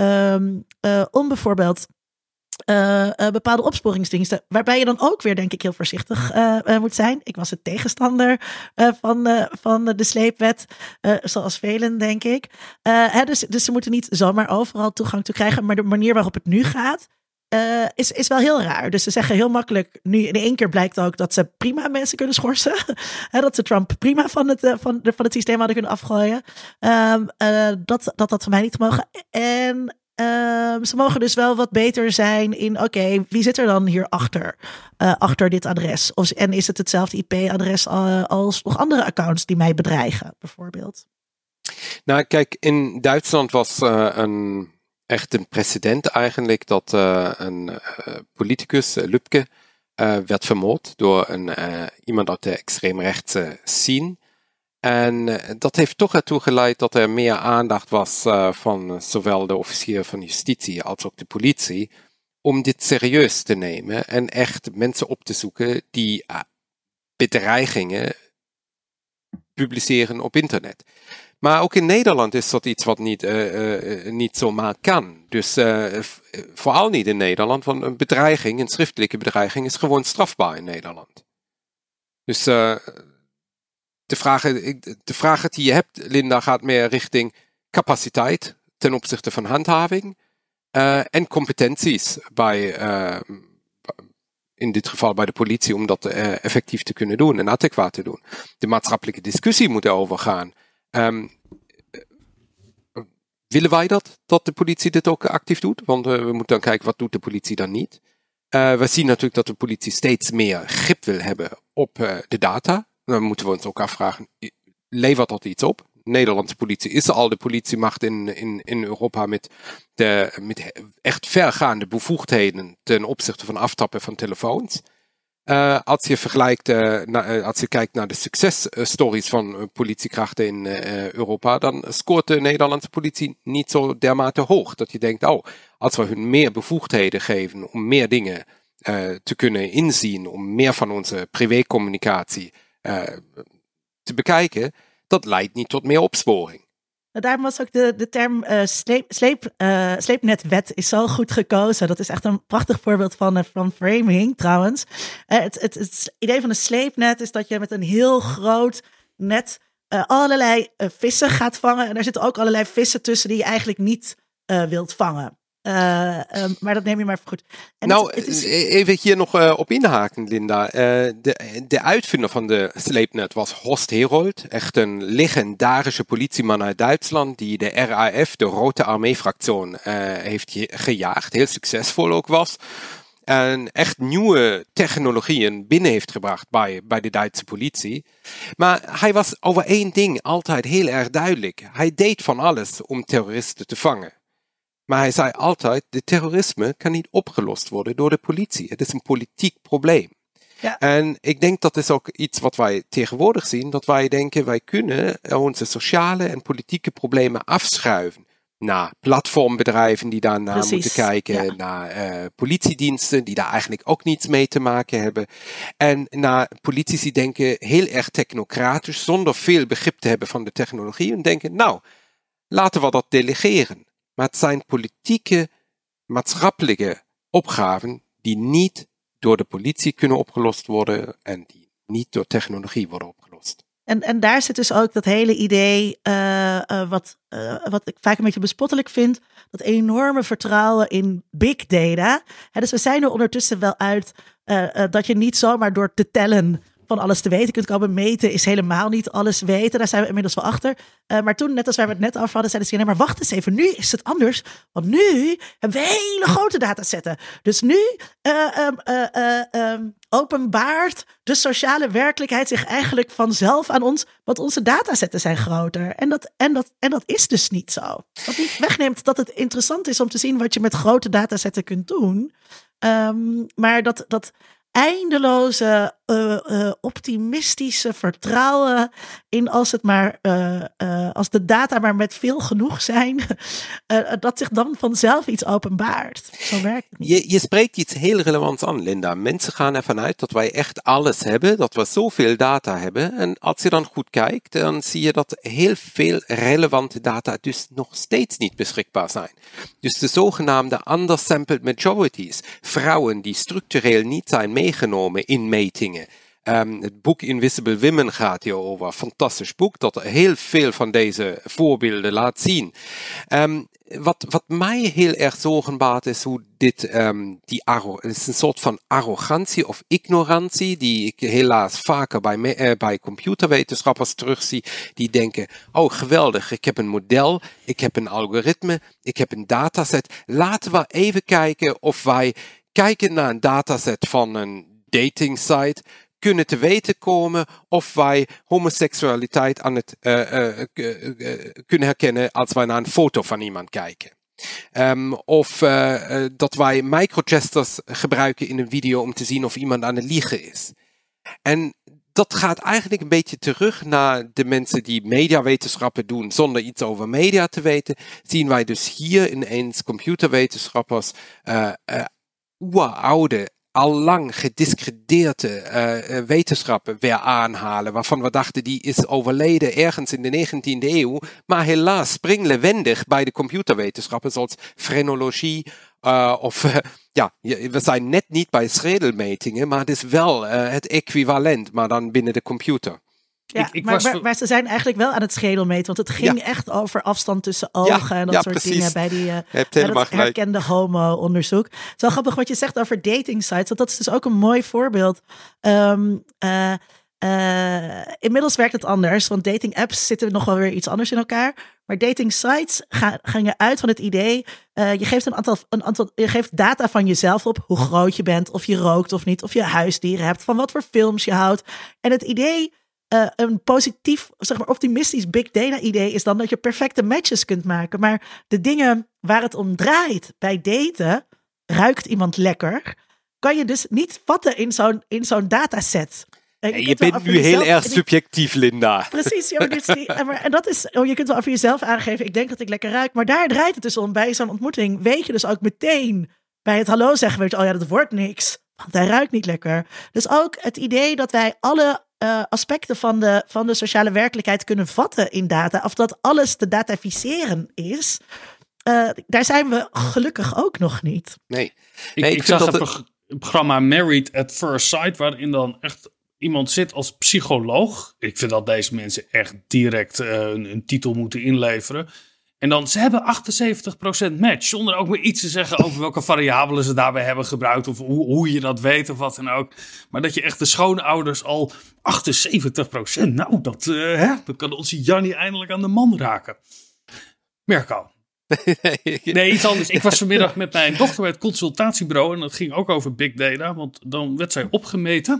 E: om bijvoorbeeld bepaalde opsporingsdiensten, waarbij je dan ook weer, denk ik, heel voorzichtig moet zijn. Ik was een tegenstander van de sleepwet, zoals velen, denk ik. Dus ze moeten niet zomaar overal toegang toe krijgen, maar de manier waarop het nu gaat, is wel heel raar. Dus ze zeggen heel makkelijk, nu in één keer blijkt ook dat ze prima mensen kunnen schorsen. Dat ze Trump prima van het systeem hadden kunnen afgooien. Dat voor mij niet mogen. En ze mogen dus wel wat beter zijn in, oké, wie zit er dan hier achter dit adres? En is het hetzelfde IP-adres als nog andere accounts die mij bedreigen, bijvoorbeeld?
D: Nou, kijk, in Duitsland was echt een precedent eigenlijk dat een politicus, Lübke, werd vermoord door iemand uit de extreemrechtse scene. En dat heeft toch ertoe geleid dat er meer aandacht was van zowel de officier van justitie als ook de politie om dit serieus te nemen en echt mensen op te zoeken die bedreigingen publiceren op internet. Maar ook in Nederland is dat iets wat niet zomaar kan. Dus vooral niet in Nederland, want een bedreiging, een schriftelijke bedreiging, is gewoon strafbaar in Nederland. Dus de vraag die je hebt, Linda, gaat meer richting capaciteit ten opzichte van handhaving en competenties in dit geval bij de politie om dat effectief te kunnen doen en adequaat te doen. De maatschappelijke discussie moet erover gaan. Willen wij dat de politie dit ook actief doet? Want we moeten dan kijken, wat doet de politie dan niet? We zien natuurlijk dat de politie steeds meer grip wil hebben op de data. Dan moeten we ons ook afvragen, levert dat iets op? Nederlandse politie is al de politiemacht in Europa met echt vergaande bevoegdheden ten opzichte van aftappen van telefoons. Als je kijkt naar de successtories van politiekrachten in Europa, dan scoort de Nederlandse politie niet zo dermate hoog. Dat je denkt, als we hun meer bevoegdheden geven om meer dingen te kunnen inzien, om meer van onze privécommunicatie te bekijken, dat leidt niet tot meer opsporing.
E: Daarom was ook de term sleepnetwet is zo goed gekozen. Dat is echt een prachtig voorbeeld van framing trouwens. Het idee van een sleepnet is dat je met een heel groot net allerlei vissen gaat vangen. En daar zitten ook allerlei vissen tussen die je eigenlijk niet wilt vangen. Maar dat neem je maar voor goed. En
D: even hier nog op inhaken, Linda. De uitvinder van de sleepnet was Horst Herold. Echt een legendarische politieman uit Duitsland die de RAF, de Rote Armee-fractie, heeft gejaagd. Heel succesvol ook was. En echt nieuwe technologieën binnen heeft gebracht bij de Duitse politie. Maar hij was over één ding altijd heel erg duidelijk. Hij deed van alles om terroristen te vangen. Maar hij zei altijd, de terrorisme kan niet opgelost worden door de politie. Het is een politiek probleem. Ja. En ik denk dat is ook iets wat wij tegenwoordig zien. Dat wij denken, wij kunnen onze sociale en politieke problemen afschuiven. Naar platformbedrijven die daarna moeten kijken. Naar politiediensten die daar eigenlijk ook niets mee te maken hebben. En naar politici denken heel erg technocratisch. Zonder veel begrip te hebben van de technologie. En denken, laten we dat delegeren. Maar het zijn politieke, maatschappelijke opgaven die niet door de politie kunnen opgelost worden en die niet door technologie worden opgelost.
E: En daar zit dus ook dat hele idee, wat ik vaak een beetje bespottelijk vind, dat enorme vertrouwen in big data. Dus we zijn er ondertussen wel uit dat je niet zomaar door te tellen van alles te weten kunt komen. Meten is helemaal niet alles weten. Daar zijn we inmiddels wel achter. Maar toen, net als waar we het net over hadden, zeiden ze, nee, maar wacht eens even. Nu is het anders. Want nu hebben we hele grote datasetten. Dus nu openbaart de sociale werkelijkheid zich eigenlijk vanzelf aan ons. Want onze datasetten zijn groter. En dat is dus niet zo. Wat niet wegneemt dat het interessant is om te zien wat je met grote datasetten kunt doen. Maar dat eindeloze optimistische vertrouwen in als de data maar met veel genoeg zijn, dat zich dan vanzelf iets openbaart. Zo werkt het niet.
D: Je spreekt iets heel relevants aan, Linda. Mensen gaan ervan uit dat wij echt alles hebben, dat we zoveel data hebben. En als je dan goed kijkt, dan zie je dat heel veel relevante data dus nog steeds niet beschikbaar zijn. Dus de zogenaamde undersampled majorities, vrouwen die structureel niet zijn meegenomen in metingen. Het boek Invisible Women gaat hierover. Fantastisch boek dat heel veel van deze voorbeelden laat zien. wat mij heel erg zorgen baart is hoe dit, het is een soort van arrogantie of ignorantie die ik helaas vaker bij computerwetenschappers terugzie, die denken, oh geweldig, ik heb een model, ik heb een algoritme, ik heb een dataset, laten we even kijken of wij kijken naar een dataset van een dating site, kunnen te weten komen of wij homoseksualiteit aan het kunnen herkennen als wij naar een foto van iemand kijken. Of dat wij microgestures gebruiken in een video om te zien of iemand aan het liegen is. En dat gaat eigenlijk een beetje terug naar de mensen die mediawetenschappen doen zonder iets over media te weten. Zien wij dus hier ineens computerwetenschappers oeroude, al lang gediscredeerde wetenschappen weer aanhalen, waarvan we dachten die is overleden ergens in de 19e eeuw, maar helaas springlevendig bij de computerwetenschappen zoals frenologie we zijn net niet bij schedelmetingen, maar het is wel het equivalent, maar dan binnen de computer.
E: Ja, maar ze zijn eigenlijk wel aan het schedelmeten, want het ging echt over afstand tussen ogen en dat soort
D: precies.
E: dingen bij dat herkende homo-onderzoek. Het is wel grappig wat je zegt over dating sites, want dat is dus ook een mooi voorbeeld. Inmiddels werkt het anders, want dating apps zitten nog wel weer iets anders in elkaar. Maar dating sites gingen uit van het idee, je geeft data van jezelf op, hoe groot je bent, of je rookt of niet, of je huisdieren hebt, van wat voor films je houdt. En het idee, een positief, zeg maar optimistisch big data idee is dan dat je perfecte matches kunt maken. Maar de dingen waar het om draait bij daten, ruikt iemand lekker, kan je dus niet vatten in zo'n dataset.
D: Je bent nu heel erg subjectief, Linda.
E: Precies, en dat is, je kunt wel over jezelf aangeven, ik denk dat ik lekker ruik, maar daar draait het dus om. Bij zo'n ontmoeting weet je dus ook meteen, bij het hallo zeggen, weet je, dat wordt niks, want hij ruikt niet lekker. Dus ook het idee dat wij alle aspecten van de sociale werkelijkheid kunnen vatten in data, of dat alles te dataficeren is, daar zijn we gelukkig ook nog niet.
D: Nee.
A: Ik zag het programma Married at First Sight, waarin dan echt iemand zit als psycholoog. Ik vind dat deze mensen echt direct een titel moeten inleveren. En dan, ze hebben 78% match, zonder ook maar iets te zeggen over welke variabelen ze daarbij hebben gebruikt, of hoe je dat weet, of wat dan ook. Maar dat je echt de schoonouders al 78%, nou, dan kan onze Jannie eindelijk aan de man raken. Mirko. Nee, iets anders. Ik was vanmiddag met mijn dochter bij het consultatiebureau en dat ging ook over big data, want dan werd zij opgemeten.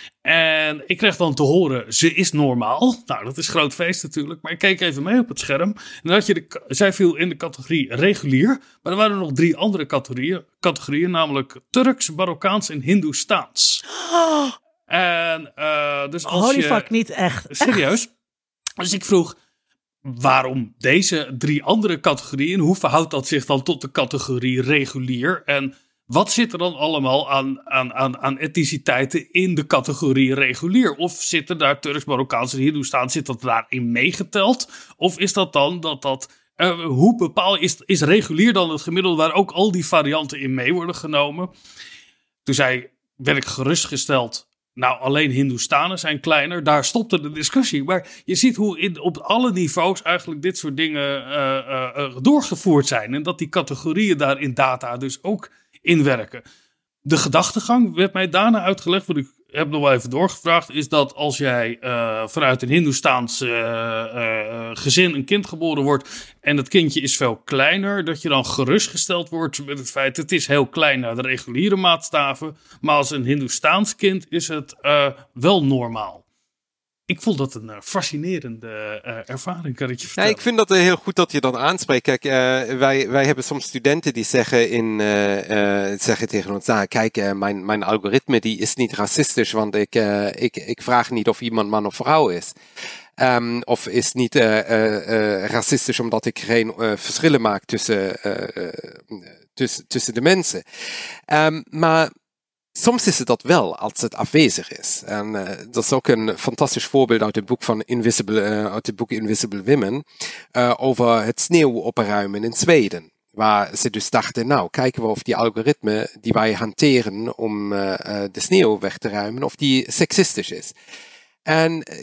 A: En ik kreeg dan te horen, ze is normaal. Nou, dat is groot feest natuurlijk. Maar ik keek even mee op het scherm. En dan had je zij viel in de categorie regulier. Maar er waren nog 3 andere categorieën. Namelijk Turks, Marokkaans en Hindoestaans.
E: Oh.
A: En dus als
E: holy fuck, niet echt.
A: Serieus. Echt? Dus ik vroeg, waarom deze 3 andere categorieën? Hoe verhoudt dat zich dan tot de categorie regulier? En wat zit er dan allemaal aan etniciteiten in de categorie regulier? Of zitten daar Turks, Marokkaans en Hindoestaans, zit dat daarin meegeteld? Of is dat dan hoe bepaal is regulier dan het gemiddelde waar ook al die varianten in mee worden genomen? Toen werd ik gerustgesteld, nou alleen Hindoestanen zijn kleiner, daar stopte de discussie. Maar je ziet hoe op alle niveaus eigenlijk dit soort dingen doorgevoerd zijn. En dat die categorieën daar in data dus ook inwerken. De gedachtegang werd mij daarna uitgelegd, want ik heb nog wel even doorgevraagd, is dat als jij vanuit een Hindoestaans gezin een kind geboren wordt en het kindje is veel kleiner, dat je dan gerustgesteld wordt met het feit, het is heel klein naar de reguliere maatstaven, maar als een Hindoestaans kind is het wel normaal. Ik vond dat een fascinerende ervaring, kan ik je vertellen.
D: Ja, ik vind dat heel goed dat je dat aanspreekt. Kijk, wij hebben soms studenten die zeggen tegen ons, nou, kijk, mijn algoritme die is niet racistisch, want ik vraag niet of iemand man of vrouw is. Of is niet racistisch omdat ik geen verschillen maak tussen de mensen. Maar soms is het dat wel, als het afwezig is. En dat is ook een fantastisch voorbeeld uit het boek van Invisible Women, over het sneeuw opruimen in Zweden. Waar ze dus dachten, nou, kijken we of die algoritme die wij hanteren om de sneeuw weg te ruimen, of die seksistisch is. En ja,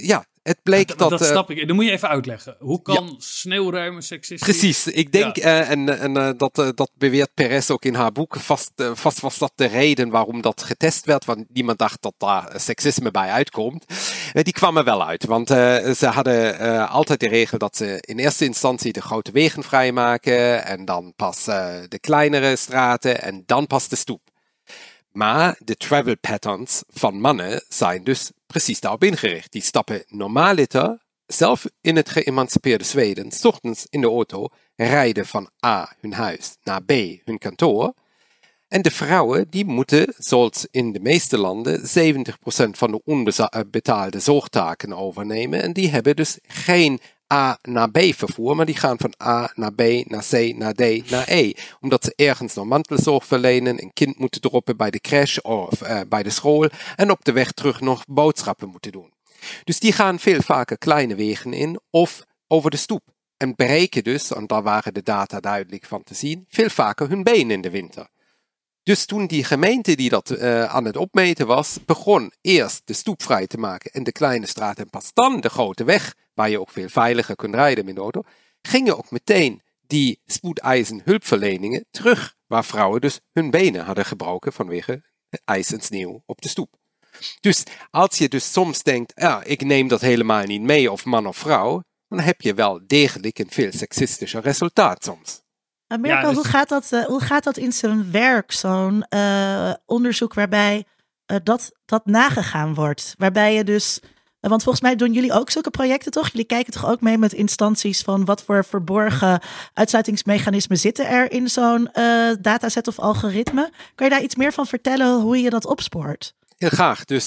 D: het bleek dat...
A: Dat snap ik. Dan moet je even uitleggen. Hoe kan sneeuwruimen seksistisch...
D: Precies. Ik denk, dat beweert Perez ook in haar boek, vast was dat de reden waarom dat getest werd, want niemand dacht dat daar seksisme bij uitkomt. Die kwam er wel uit, want ze hadden altijd de regel dat ze in eerste instantie de grote wegen vrijmaken en dan pas de kleinere straten en dan pas de stoep. Maar de travel patterns van mannen zijn dus precies daarop ingericht. Die stappen normaaliter, zelf in het geëmancipeerde Zweden, 's ochtends in de auto, rijden van A, hun huis, naar B, hun kantoor. En de vrouwen, die moeten, zoals in de meeste landen, 70% van de onbetaalde zorgtaken overnemen. En die hebben dus geen A naar B vervoer, maar die gaan van A naar B, naar C, naar D, naar E. Omdat ze ergens nog mantelzorg verlenen, een kind moeten droppen bij de crash of bij de school en op de weg terug nog boodschappen moeten doen. Dus die gaan veel vaker kleine wegen in of over de stoep. En breken dus, en daar waren de data duidelijk van te zien, veel vaker hun been in de winter. Dus toen die gemeente die dat aan het opmeten was, begon eerst de stoep vrij te maken en de kleine straat en pas dan de grote weg, waar je ook veel veiliger kunt rijden met de auto, gingen ook meteen die spoedeisen hulpverleningen terug, waar vrouwen dus hun benen hadden gebroken vanwege ijs en sneeuw op de stoep. Dus als je dus soms denkt, ik neem dat helemaal niet mee of man of vrouw, dan heb je wel degelijk een veel seksistischer resultaat soms.
E: Mirko, hoe gaat dat in zijn werk, zo'n onderzoek waarbij dat nagegaan wordt? Waarbij je dus, want volgens mij doen jullie ook zulke projecten, toch? Jullie kijken toch ook mee met instanties van wat voor verborgen uitsluitingsmechanismen zitten er in zo'n dataset of algoritme? Kan je daar iets meer van vertellen hoe je dat opspoort?
D: Heel graag. Dus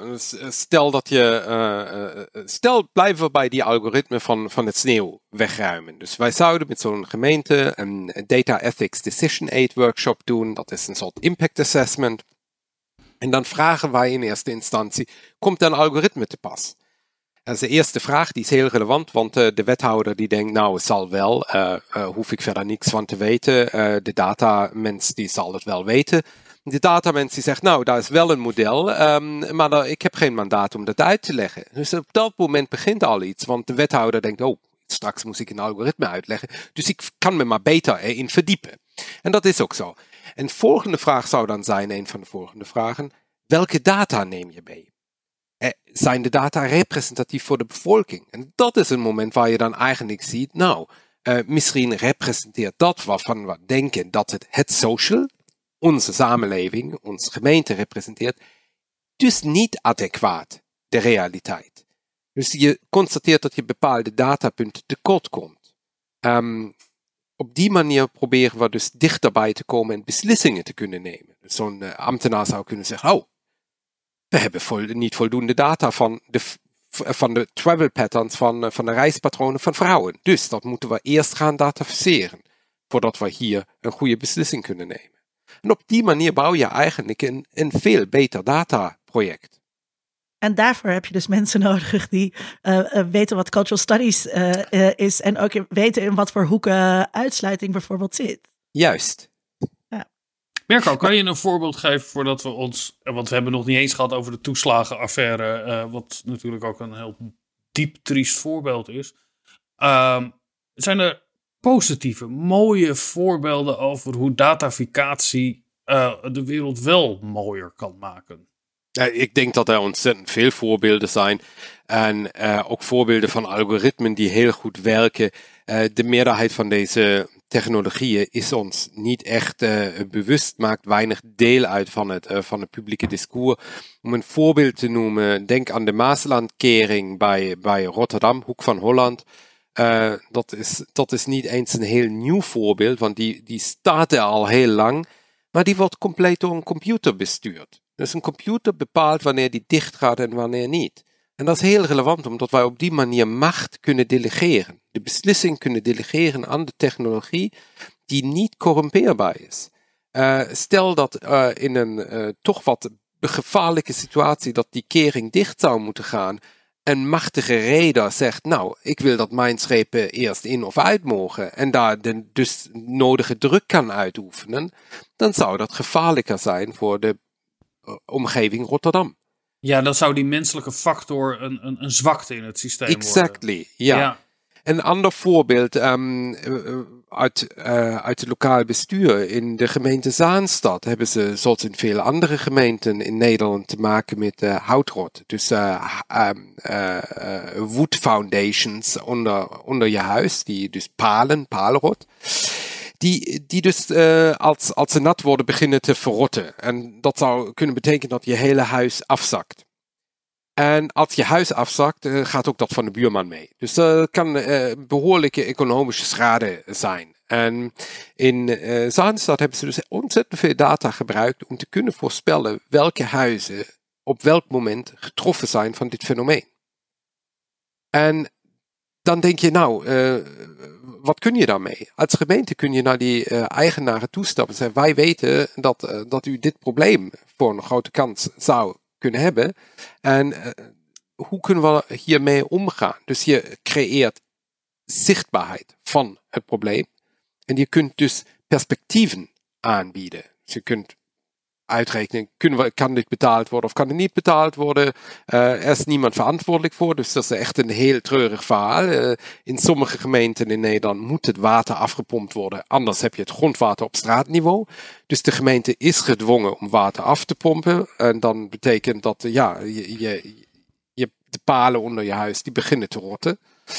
D: stel blijven we bij die algoritme van het sneeuw wegruimen. Dus wij zouden met zo'n gemeente een Data Ethics Decision Aid workshop doen. Dat is een soort impact assessment. En dan vragen wij in eerste instantie, komt er een algoritme te pas? Dat is de eerste vraag, die is heel relevant, want de wethouder die denkt, nou het zal wel, hoef ik verder niks van te weten. De datamens die zal het wel weten. De datamens die zegt, nou, daar is wel een model, maar ik heb geen mandaat om dat uit te leggen. Dus op dat moment begint al iets, want de wethouder denkt, straks moet ik een algoritme uitleggen, dus ik kan me maar beter erin verdiepen. En dat is ook zo. En de volgende vraag zou dan zijn, een van de volgende vragen, welke data neem je mee? Zijn de data representatief voor de bevolking? En dat is een moment waar je dan eigenlijk ziet, misschien representeert dat waarvan we denken dat het social, onze samenleving, onze gemeente representeert, dus niet adequaat de realiteit. Dus je constateert dat je bepaalde datapunten tekort komt. Op die manier proberen we dus dichterbij te komen en beslissingen te kunnen nemen. Dus zo'n ambtenaar zou kunnen zeggen, we hebben niet voldoende data van de travel patterns van de reispatronen van vrouwen. Dus dat moeten we eerst gaan dataficeren, voordat we hier een goede beslissing kunnen nemen. En op die manier bouw je eigenlijk een veel beter dataproject.
E: En daarvoor heb je dus mensen nodig die weten wat cultural studies is en ook weten in wat voor hoeken uitsluiting bijvoorbeeld zit.
D: Juist.
E: Ja.
A: Mirko, kan je een voorbeeld geven voordat we ons, want we hebben nog niet eens gehad over de toeslagenaffaire, wat natuurlijk ook een heel diep triest voorbeeld is. Zijn er positieve, mooie voorbeelden over hoe dataficatie de wereld wel mooier kan maken?
D: Ik denk dat er ontzettend veel voorbeelden zijn. En ook voorbeelden van algoritmen die heel goed werken. De meerderheid van deze technologieën is ons niet echt bewust, maakt weinig deel uit van het publieke discours. Om een voorbeeld te noemen, denk aan de Maaslandkering bij Rotterdam, Hoek van Holland. Dat is niet eens een heel nieuw voorbeeld, want die staat er al heel lang, maar die wordt compleet door een computer bestuurd. Dus een computer bepaalt wanneer die dicht gaat en wanneer niet. En dat is heel relevant, omdat wij op die manier macht kunnen delegeren. De beslissing kunnen delegeren aan de technologie die niet corrumpeerbaar is. Stel dat in een toch wat gevaarlijke situatie dat die kering dicht zou moeten gaan, een machtige reder zegt, ik wil dat mijn schepen eerst in of uit mogen en daar de dus nodige druk kan uitoefenen, dan zou dat gevaarlijker zijn voor de omgeving Rotterdam.
A: Ja, dan zou die menselijke factor een zwakte in het systeem worden.
D: Exactly, ja. Een ander voorbeeld uit het lokaal bestuur. In de gemeente Zaanstad hebben ze, zoals in veel andere gemeenten in Nederland, te maken met houtrot. Dus wood foundations onder je huis, die dus paalrot. Die dus als ze nat worden beginnen te verrotten. En dat zou kunnen betekenen dat je hele huis afzakt. En als je huis afzakt, gaat ook dat van de buurman mee. Dus dat kan behoorlijke economische schade zijn. En in Zaanstad hebben ze dus ontzettend veel data gebruikt om te kunnen voorspellen welke huizen op welk moment getroffen zijn van dit fenomeen. En dan denk je, wat kun je daarmee? Als gemeente kun je naar die eigenaren toestappen en zeggen, wij weten dat u dit probleem voor een grote kans zou kunnen hebben. En hoe kunnen we hiermee omgaan? Dus je creëert zichtbaarheid van het probleem. En je kunt dus perspectieven aanbieden. Dus je kunt uitrekenen, kan dit betaald worden of kan het niet betaald worden? Er is niemand verantwoordelijk voor, dus dat is echt een heel treurig verhaal. In sommige gemeenten in Nederland moet het water afgepompt worden, anders heb je het grondwater op straatniveau. Dus de gemeente is gedwongen om water af te pompen. En dan betekent dat je de palen onder je huis, die beginnen te rotten.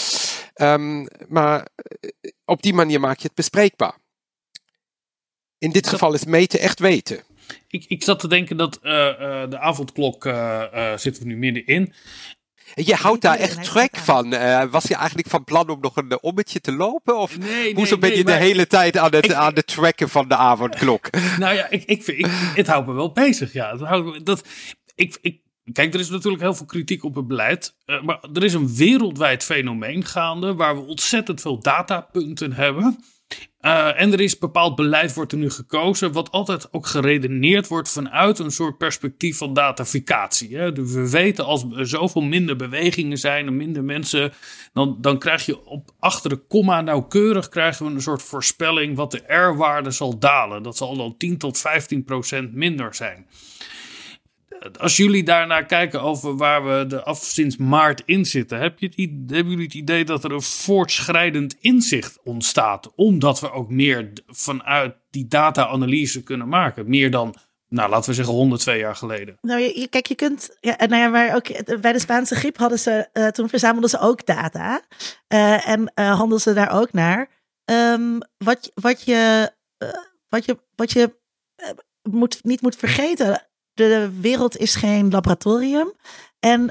D: Maar op die manier maak je het bespreekbaar. In dit geval is meten echt weten.
A: Ik zat te denken dat de avondklok zitten we nu middenin.
D: Je houdt daar echt track van. Was je eigenlijk van plan om nog een ommetje te lopen? Of hoezo ben je de hele tijd aan het tracken van de avondklok?
A: Nou ja, het houdt me wel bezig. Ja. Kijk, er is natuurlijk heel veel kritiek op het beleid. Maar er is een wereldwijd fenomeen gaande waar we ontzettend veel datapunten hebben. En er is bepaald beleid wordt er nu gekozen, wat altijd ook geredeneerd wordt vanuit een soort perspectief van dataficatie. Hè? Dus we weten als er zoveel minder bewegingen zijn en minder mensen, dan krijg je achter de komma nauwkeurig krijgen we een soort voorspelling wat de R-waarde zal dalen. Dat zal dan 10 tot 15% minder zijn. Als jullie daarnaar kijken over waar we sinds maart in zitten, hebben jullie het idee dat er een voortschrijdend inzicht ontstaat? Omdat we ook meer vanuit die data-analyse kunnen maken. Meer dan, laten we zeggen 102 jaar geleden.
E: Nou, kijk, je kunt... maar ook bij de Spaanse griep hadden ze... toen verzamelden ze ook data. En handelden ze daar ook naar. Wat je niet moet vergeten... De wereld is geen laboratorium. En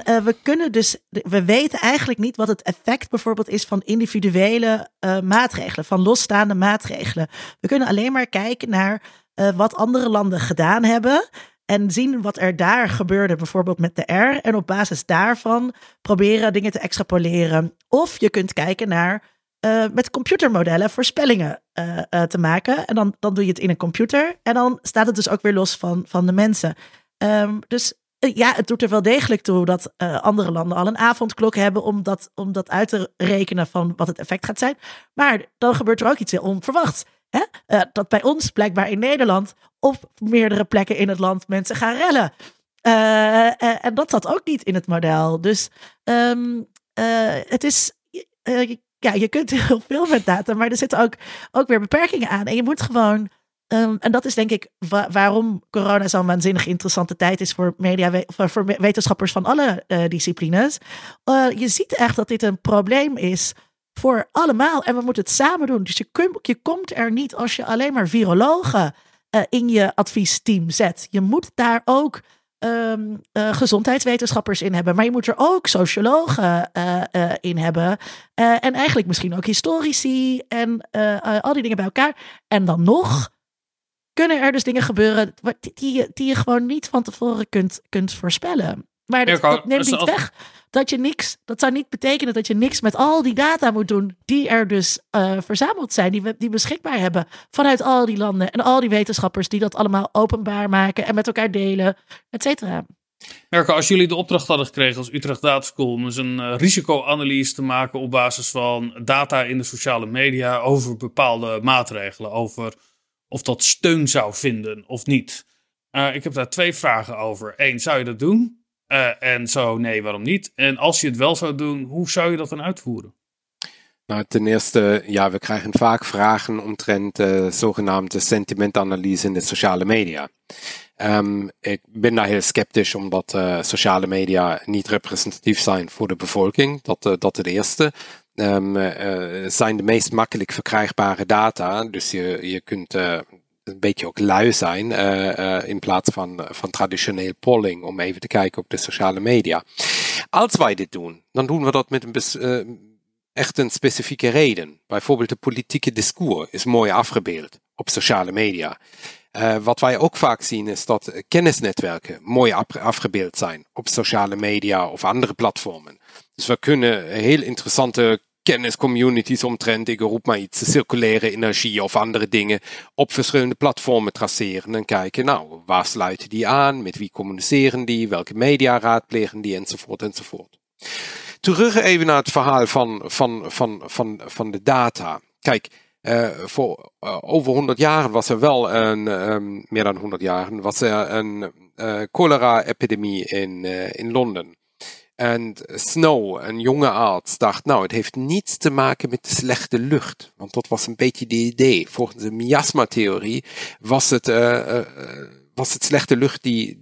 E: we weten eigenlijk niet wat het effect bijvoorbeeld is van individuele maatregelen, van losstaande maatregelen. We kunnen alleen maar kijken naar wat andere landen gedaan hebben en zien wat er daar gebeurde, bijvoorbeeld met de R. En op basis daarvan proberen dingen te extrapoleren. Of je kunt kijken naar met computermodellen voorspellingen te maken. En dan doe je het in een computer. En dan staat het dus ook weer los van de mensen. Het doet er wel degelijk toe dat andere landen al een avondklok hebben om dat uit te rekenen van wat het effect gaat zijn. Maar dan gebeurt er ook iets heel onverwachts. Hè? Dat bij ons, blijkbaar in Nederland, op meerdere plekken in het land mensen gaan rellen. En dat zat ook niet in het model. Dus het is... je kunt heel veel met data, maar er zitten ook weer beperkingen aan. En je moet gewoon... en dat is denk ik waarom corona zo'n waanzinnig interessante tijd is voor voor wetenschappers van alle disciplines. Je ziet echt dat dit een probleem is voor allemaal. En we moeten het samen doen. Dus je komt er niet als je alleen maar virologen in je adviesteam zet. Je moet daar ook gezondheidswetenschappers in hebben. Maar je moet er ook sociologen in hebben. En eigenlijk misschien ook historici. En al die dingen bij elkaar. En dan nog kunnen er dus dingen gebeuren die je gewoon niet van tevoren kunt voorspellen. Maar dat neemt niet weg dat zou niet betekenen dat je niks met al die data moet doen die er dus verzameld zijn, die beschikbaar hebben vanuit al die landen en al die wetenschappers die dat allemaal openbaar maken en met elkaar delen, et cetera.
A: Merke, als jullie de opdracht hadden gekregen als Utrecht Data School om eens een risicoanalyse te maken op basis van data in de sociale media over bepaalde maatregelen, over of dat steun zou vinden of niet. Ik heb daar 2 vragen over. 1, zou je dat doen? En zo, nee, waarom niet? En als je het wel zou doen, hoe zou je dat dan uitvoeren?
D: Nou, ten eerste, we krijgen vaak vragen omtrent zogenaamde sentimentanalyse in de sociale media. Ik ben daar heel sceptisch, omdat sociale media niet representatief zijn voor de bevolking. Dat het eerste. Zijn de meest makkelijk verkrijgbare data. Dus je kunt een beetje ook lui zijn in plaats van traditioneel polling, om even te kijken op de sociale media. Als wij dit doen, dan doen we dat met echt een specifieke reden. Bijvoorbeeld de politieke discours is mooi afgebeeld op sociale media. Wat wij ook vaak zien is dat kennisnetwerken mooi afgebeeld zijn op sociale media of andere platformen. Dus we kunnen heel interessante kenniscommunities omtrent, ik roep maar iets, circulaire energie of andere dingen op verschillende platformen traceren en kijken, nou, waar sluiten die aan, met wie communiceren die, welke media raadplegen die, enzovoort, enzovoort. Terug even naar het verhaal van de data. Kijk, voor over 100 jaar was er wel meer dan 100 jaar, was er een cholera-epidemie in Londen. En Snow, een jonge arts, dacht, nou, het heeft niets te maken met de slechte lucht. Want dat was een beetje de idee. Volgens de miasma-theorie was het slechte lucht die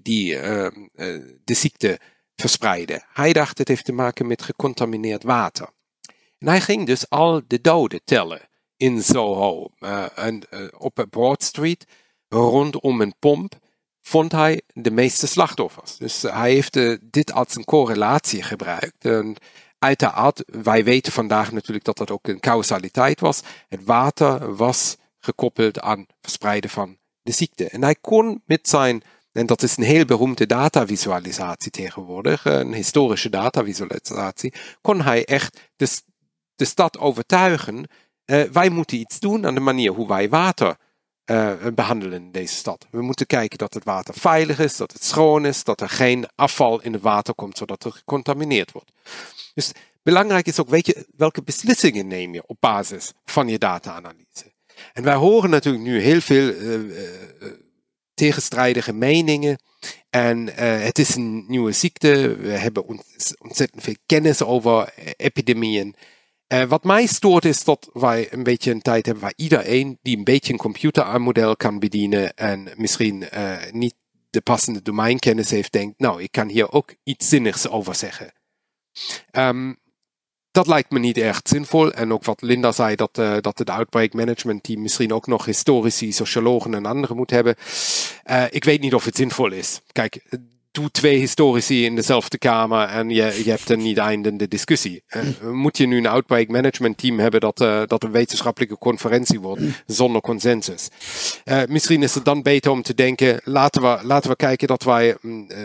D: de ziekte verspreidde. Hij dacht, het heeft te maken met gecontamineerd water. En hij ging dus al de doden tellen in Soho. Op Broad Street, rondom een pomp, vond hij de meeste slachtoffers. Dus hij heeft dit als een correlatie gebruikt. En uiteraard, wij weten vandaag natuurlijk dat dat ook een causaliteit was. Het water was gekoppeld aan verspreiden van de ziekte. En hij kon met zijn, en dat is een heel beroemde datavisualisatie tegenwoordig, een historische datavisualisatie, kon hij echt de stad overtuigen, wij moeten iets doen aan de manier hoe wij water behandelen in deze stad. We moeten kijken dat het water veilig is, dat het schoon is, dat er geen afval in het water komt, zodat er gecontamineerd wordt. Dus belangrijk is ook, weet je, welke beslissingen neem je op basis van je data-analyse. En wij horen natuurlijk nu heel veel tegenstrijdige meningen. En het is een nieuwe ziekte. We hebben ontzettend veel kennis over epidemieën. Wat mij stoort is dat wij een beetje een tijd hebben waar iedereen die een beetje een computermodel kan bedienen en misschien niet de passende domeinkennis heeft, denkt, nou, ik kan hier ook iets zinnigs over zeggen. Dat lijkt me niet echt zinvol. En ook wat Linda zei, dat het outbreak management team misschien ook nog historici, sociologen en anderen moet hebben. Ik weet niet of het zinvol is. Kijk, doe 2 historici in dezelfde kamer en je hebt een niet eindende discussie. Moet je nu een outbreak management team hebben dat een wetenschappelijke conferentie wordt zonder consensus? Misschien is het dan beter om te denken, laten we kijken dat wij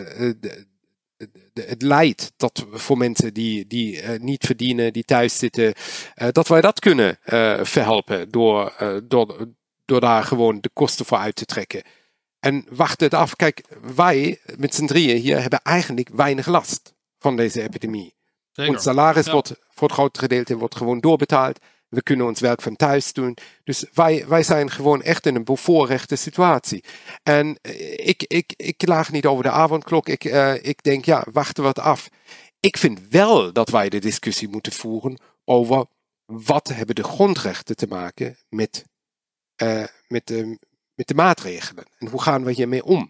D: het lijdt dat voor mensen die niet verdienen, die thuis zitten, dat wij dat kunnen verhelpen door daar gewoon de kosten voor uit te trekken. En wacht het af. Kijk, wij met z'n drieën hier hebben eigenlijk weinig last van deze epidemie. Zeker. Ons salaris wordt voor het grote gedeelte wordt gewoon doorbetaald. We kunnen ons werk van thuis doen. Dus wij zijn gewoon echt in een bevoorrechte situatie. En ik klaag niet over de avondklok. Ik denk, ja, wachten we het af. Ik vind wel dat wij de discussie moeten voeren over wat hebben de grondrechten te maken met de maatregelen. En hoe gaan we hiermee om?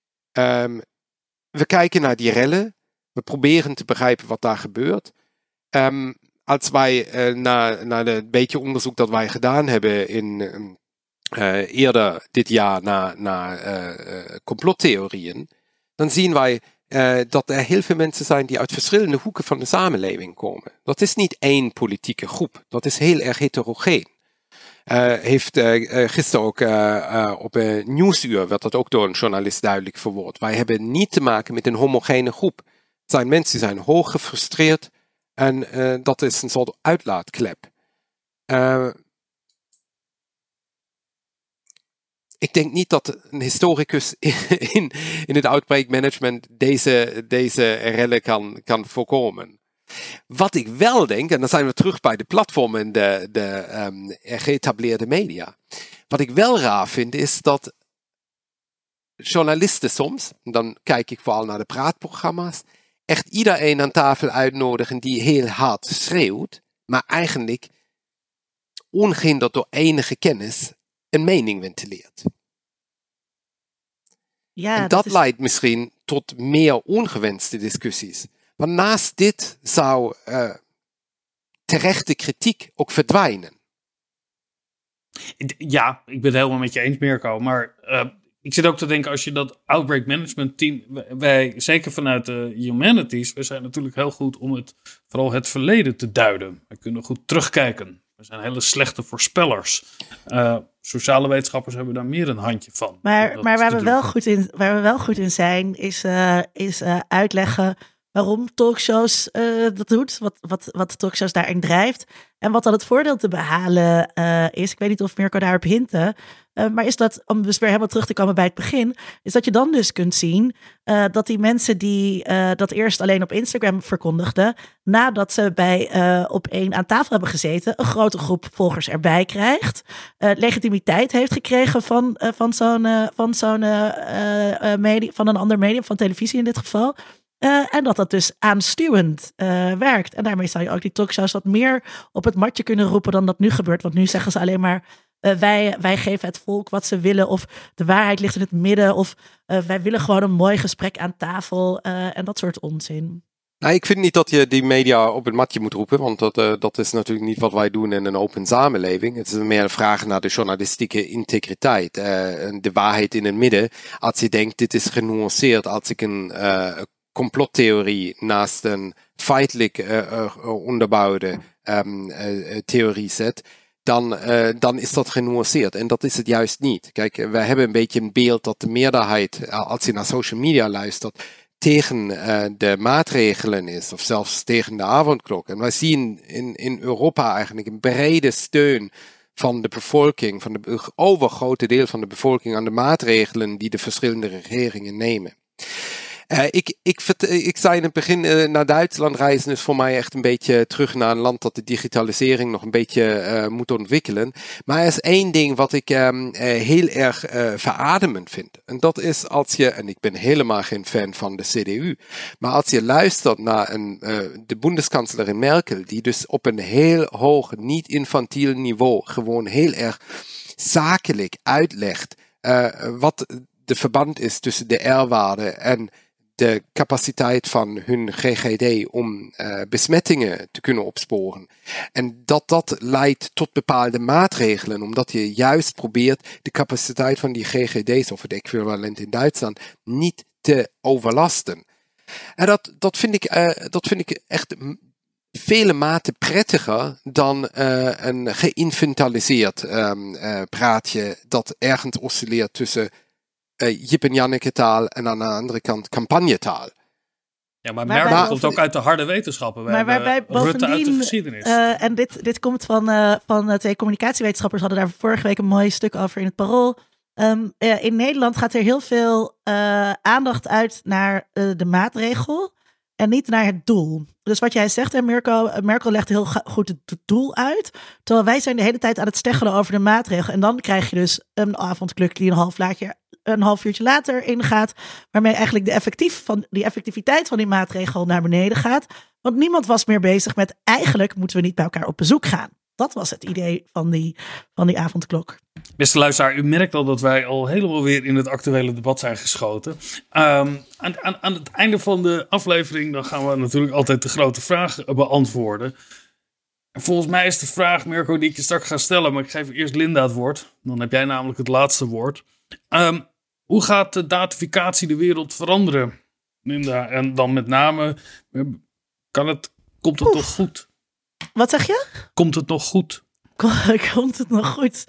D: We kijken naar die rellen. We proberen te begrijpen wat daar gebeurt. Als wij naar het beetje onderzoek dat wij gedaan hebben eerder dit jaar naar complottheorieën, dan zien wij dat er heel veel mensen zijn die uit verschillende hoeken van de samenleving komen. Dat is niet één politieke groep. Dat is heel erg heterogeen. Heeft gisteren ook op een nieuwsuur werd dat ook door een journalist duidelijk verwoord. Wij hebben niet te maken met een homogene groep. Het zijn mensen die zijn hoog gefrustreerd en dat is een soort uitlaatklep. Ik denk niet dat een historicus in het outbreak management deze rellen kan voorkomen. Wat ik wel denk, en dan zijn we terug bij de platformen en de geëtableerde media. Wat ik wel raar vind is dat journalisten soms, dan kijk ik vooral naar de praatprogramma's, echt iedereen aan tafel uitnodigen die heel hard schreeuwt, maar eigenlijk ongehinderd door enige kennis een mening ventileert.
E: Ja,
D: en dat leidt misschien tot meer ongewenste discussies. Want naast dit zou terechte kritiek ook verdwijnen.
A: Ja, ik ben het helemaal met je eens, Mirko. Maar ik zit ook te denken, als je dat Outbreak Management Team... Wij, zeker vanuit de Humanities, we zijn natuurlijk heel goed om vooral het verleden te duiden. We kunnen goed terugkijken. We zijn hele slechte voorspellers. Sociale wetenschappers hebben daar meer een handje van.
E: Maar waar we wel goed in zijn, is uitleggen waarom talkshows dat doet. Wat de talkshows daarin drijft. En wat dan het voordeel te behalen is. Ik weet niet of Mirko daarop hintte. Maar is dat, om dus weer helemaal terug te komen bij het begin, is dat je dan dus kunt zien dat die mensen die dat eerst alleen op Instagram verkondigden, nadat ze bij Op1 aan tafel hebben gezeten, een grote groep volgers erbij krijgt, legitimiteit heeft gekregen van een ander medium, van televisie in dit geval. En dat dus aanstuwend werkt. En daarmee zou je ook die talkshows wat meer op het matje kunnen roepen dan dat nu gebeurt. Want nu zeggen ze alleen maar, wij geven het volk wat ze willen. Of de waarheid ligt in het midden. Of wij willen gewoon een mooi gesprek aan tafel. En dat soort onzin.
D: Nou, ik vind niet dat je die media op het matje moet roepen. Want dat is natuurlijk niet wat wij doen in een open samenleving. Het is meer een vraag naar de journalistieke integriteit. De waarheid in het midden. Als je denkt, dit is genuanceerd. Als ik een complottheorie naast een feitelijk onderbouwde theorie zet, dan is dat genuanceerd. En dat is het juist niet. Kijk, we hebben een beetje een beeld dat de meerderheid, als je naar social media luistert, tegen de maatregelen is, of zelfs tegen de avondklok. En wij zien in Europa eigenlijk een brede steun van de bevolking, van de overgrote deel van de bevolking aan de maatregelen die de verschillende regeringen nemen. Ik zei in het begin, naar Duitsland reizen is voor mij echt een beetje terug naar een land dat de digitalisering nog een beetje moet ontwikkelen. Maar er is één ding wat ik heel erg verademend vind. En dat is als je, en ik ben helemaal geen fan van de CDU, maar als je luistert naar de bondskanseliin Merkel, die dus op een heel hoog, niet infantiel niveau gewoon heel erg zakelijk uitlegt wat de verband is tussen de R-waarde en de capaciteit van hun GGD om besmettingen te kunnen opsporen. En dat leidt tot bepaalde maatregelen, omdat je juist probeert de capaciteit van die GGD's, of het equivalent in Duitsland, niet te overlasten. En dat vind ik echt vele maten prettiger dan een geïnventariseerd praatje dat ergens oscilleert tussen Jip en Janneke taal en aan de andere kant campagnetaal.
A: Ja, maar Merkel komt ook uit de harde wetenschappen.
E: Maar waarbij
A: Rutte uit de
E: bovendien,
A: geschiedenis.
E: En dit komt van twee communicatiewetenschappers, hadden daar vorige week een mooi stuk over in het Parool. In Nederland gaat er heel veel aandacht uit naar de maatregel en niet naar het doel. Dus wat jij zegt, hè, Merkel legt heel goed het doel uit. Terwijl wij zijn de hele tijd aan het steggelen over de maatregel. En dan krijg je dus een avondklok die een half uurtje later ingaat. Waarmee eigenlijk die effectiviteit van die maatregel naar beneden gaat. Want niemand was meer bezig met eigenlijk moeten we niet bij elkaar op bezoek gaan. Dat was het idee van die avondklok.
A: Beste luisteraar, u merkt al dat wij al helemaal weer in het actuele debat zijn geschoten. Aan het einde van de aflevering dan gaan we natuurlijk altijd de grote vraag beantwoorden. En volgens mij is de vraag, Mirko, die ik je straks ga stellen, maar ik geef eerst Linda het woord. Dan heb jij namelijk het laatste woord. Hoe gaat de datificatie de wereld veranderen, Linda? En dan met name, komt het nog goed?
E: Wat zeg je?
A: Komt het nog goed?
E: Komt het nog goed?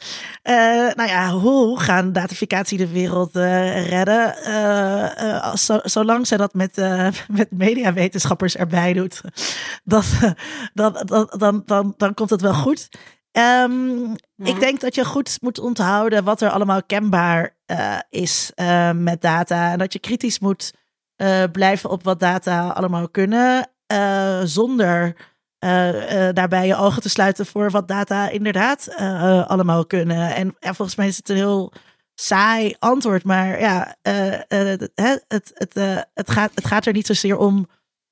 E: Hoe gaan datificatie de wereld redden? Zolang ze dat met mediawetenschappers erbij doet, dan komt het wel goed. Ik denk dat je goed moet onthouden wat er allemaal kenbaar is met data. En dat je kritisch moet blijven op wat data allemaal kunnen, zonder daarbij je ogen te sluiten voor wat data inderdaad allemaal kunnen. En volgens mij is het een heel saai antwoord, maar ja, het gaat er niet zozeer om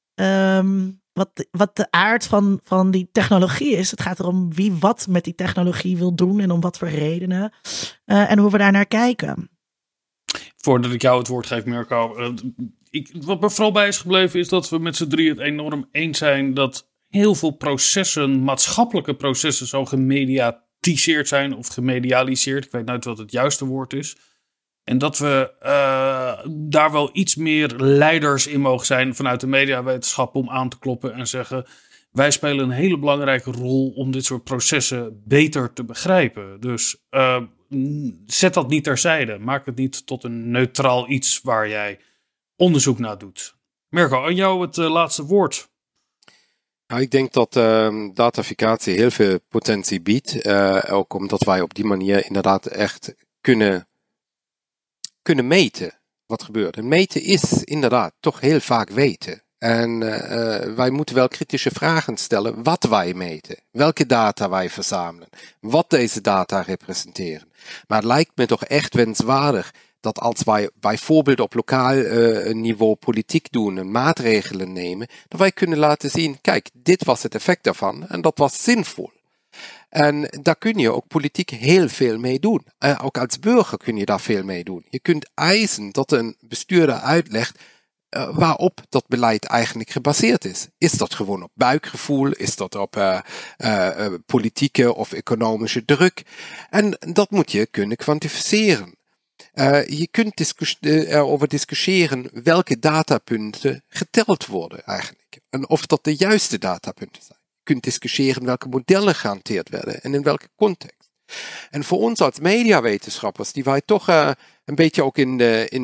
E: wat de aard van die technologie is. Het gaat erom wie wat met die technologie wil doen en om wat voor redenen. En hoe we daar naar kijken.
A: Voordat ik jou het woord geef, Mirko. Wat me vooral bij is gebleven is dat we met z'n drieën het enorm eens zijn dat heel veel processen, maatschappelijke processen, zo gemediatiseerd zijn of gemedialiseerd. Ik weet nooit wat het juiste woord is. En dat we daar wel iets meer leiders in mogen zijn vanuit de mediawetenschap om aan te kloppen en zeggen: wij spelen een hele belangrijke rol om dit soort processen beter te begrijpen. Dus zet dat niet terzijde. Maak het niet tot een neutraal iets waar jij onderzoek naar doet. Mirko, aan jou het laatste woord.
D: Nou, ik denk dat dataficatie heel veel potentie biedt. Ook omdat wij op die manier inderdaad echt kunnen meten wat gebeurt. En meten is inderdaad toch heel vaak weten. En wij moeten wel kritische vragen stellen wat wij meten. Welke data wij verzamelen. Wat deze data representeren. Maar het lijkt me toch echt wenswaardig dat als wij bijvoorbeeld op lokaal niveau politiek doen en maatregelen nemen, dat wij kunnen laten zien, kijk, dit was het effect daarvan en dat was zinvol. En daar kun je ook politiek heel veel mee doen. Ook als burger kun je daar veel mee doen. Je kunt eisen dat een bestuurder uitlegt waarop dat beleid eigenlijk gebaseerd is. Is dat gewoon op buikgevoel? Is dat op politieke of economische druk? En dat moet je kunnen kwantificeren. Je kunt erover discussiëren welke datapunten geteld worden eigenlijk. En of dat de juiste datapunten zijn. Je kunt discussiëren welke modellen gehanteerd werden en in welke context. En voor ons als mediawetenschappers, die wij toch een beetje ook in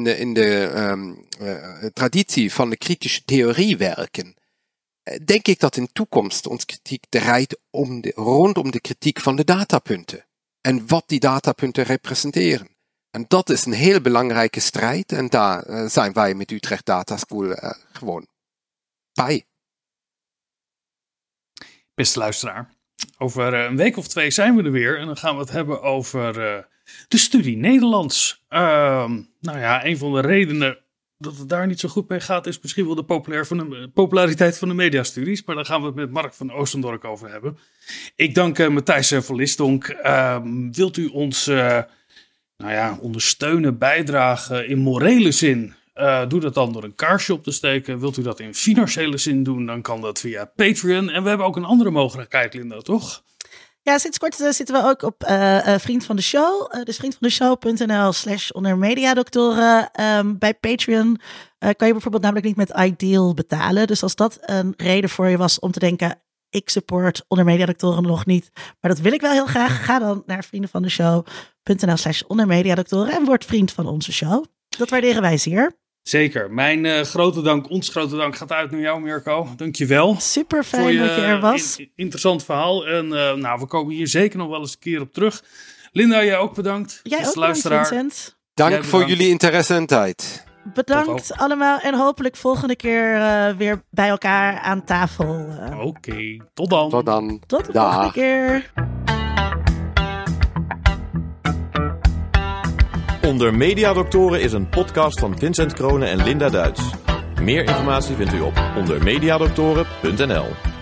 D: de traditie van de kritische theorie werken, denk ik dat in toekomst ons kritiek draait rondom de kritiek van de datapunten. En wat die datapunten representeren. En dat is een heel belangrijke strijd en daar zijn wij met Utrecht Data School gewoon bij.
A: Beste luisteraar, over een week of 2 zijn we er weer en dan gaan we het hebben over de studie Nederlands. Nou ja, een van de redenen dat het daar niet zo goed mee gaat is misschien wel de populariteit van de mediastudies, maar daar gaan we het met Mark van Oostendorp over hebben. Ik dank Matthijs van Lisdonk. Wilt u ons ondersteunen, bijdragen in morele zin? Doe dat dan door een kaarsje op te steken. Wilt u dat in financiële zin doen, dan kan dat via Patreon. En we hebben ook een andere mogelijkheid, Linda, toch? Ja, sinds kort zitten we ook op Vriend van de Show. Dus vriendvandeshow.nl/ondermediadoktoren. Bij Patreon kan je bijvoorbeeld namelijk niet met Ideal betalen. Dus als dat een reden voor je was om te denken, ik support ondermediadoktoren nog niet, maar dat wil ik wel heel graag, ga dan naar vriendenvandeshow.nl/ondermediadoktoren en word vriend van onze show. Dat waarderen wij zeer. Zeker. Mijn grote dank, ons grote dank gaat uit naar jou, Mirko. Dank je wel. Super fijn dat je er was. Interessant verhaal. En we komen hier zeker nog wel eens een keer op terug. Linda, jij ook bedankt. Jij ook bedankt, Vincent.
D: Dank voor jullie interesse en tijd.
E: Bedankt allemaal en hopelijk volgende keer weer bij elkaar aan tafel.
A: Oké, tot dan.
D: Tot dan.
E: Tot de volgende keer.
C: Onder Mediadoktoren is een podcast van Vincent Kroonen en Linda Duits. Meer informatie vindt u op ondermediadoktoren.nl.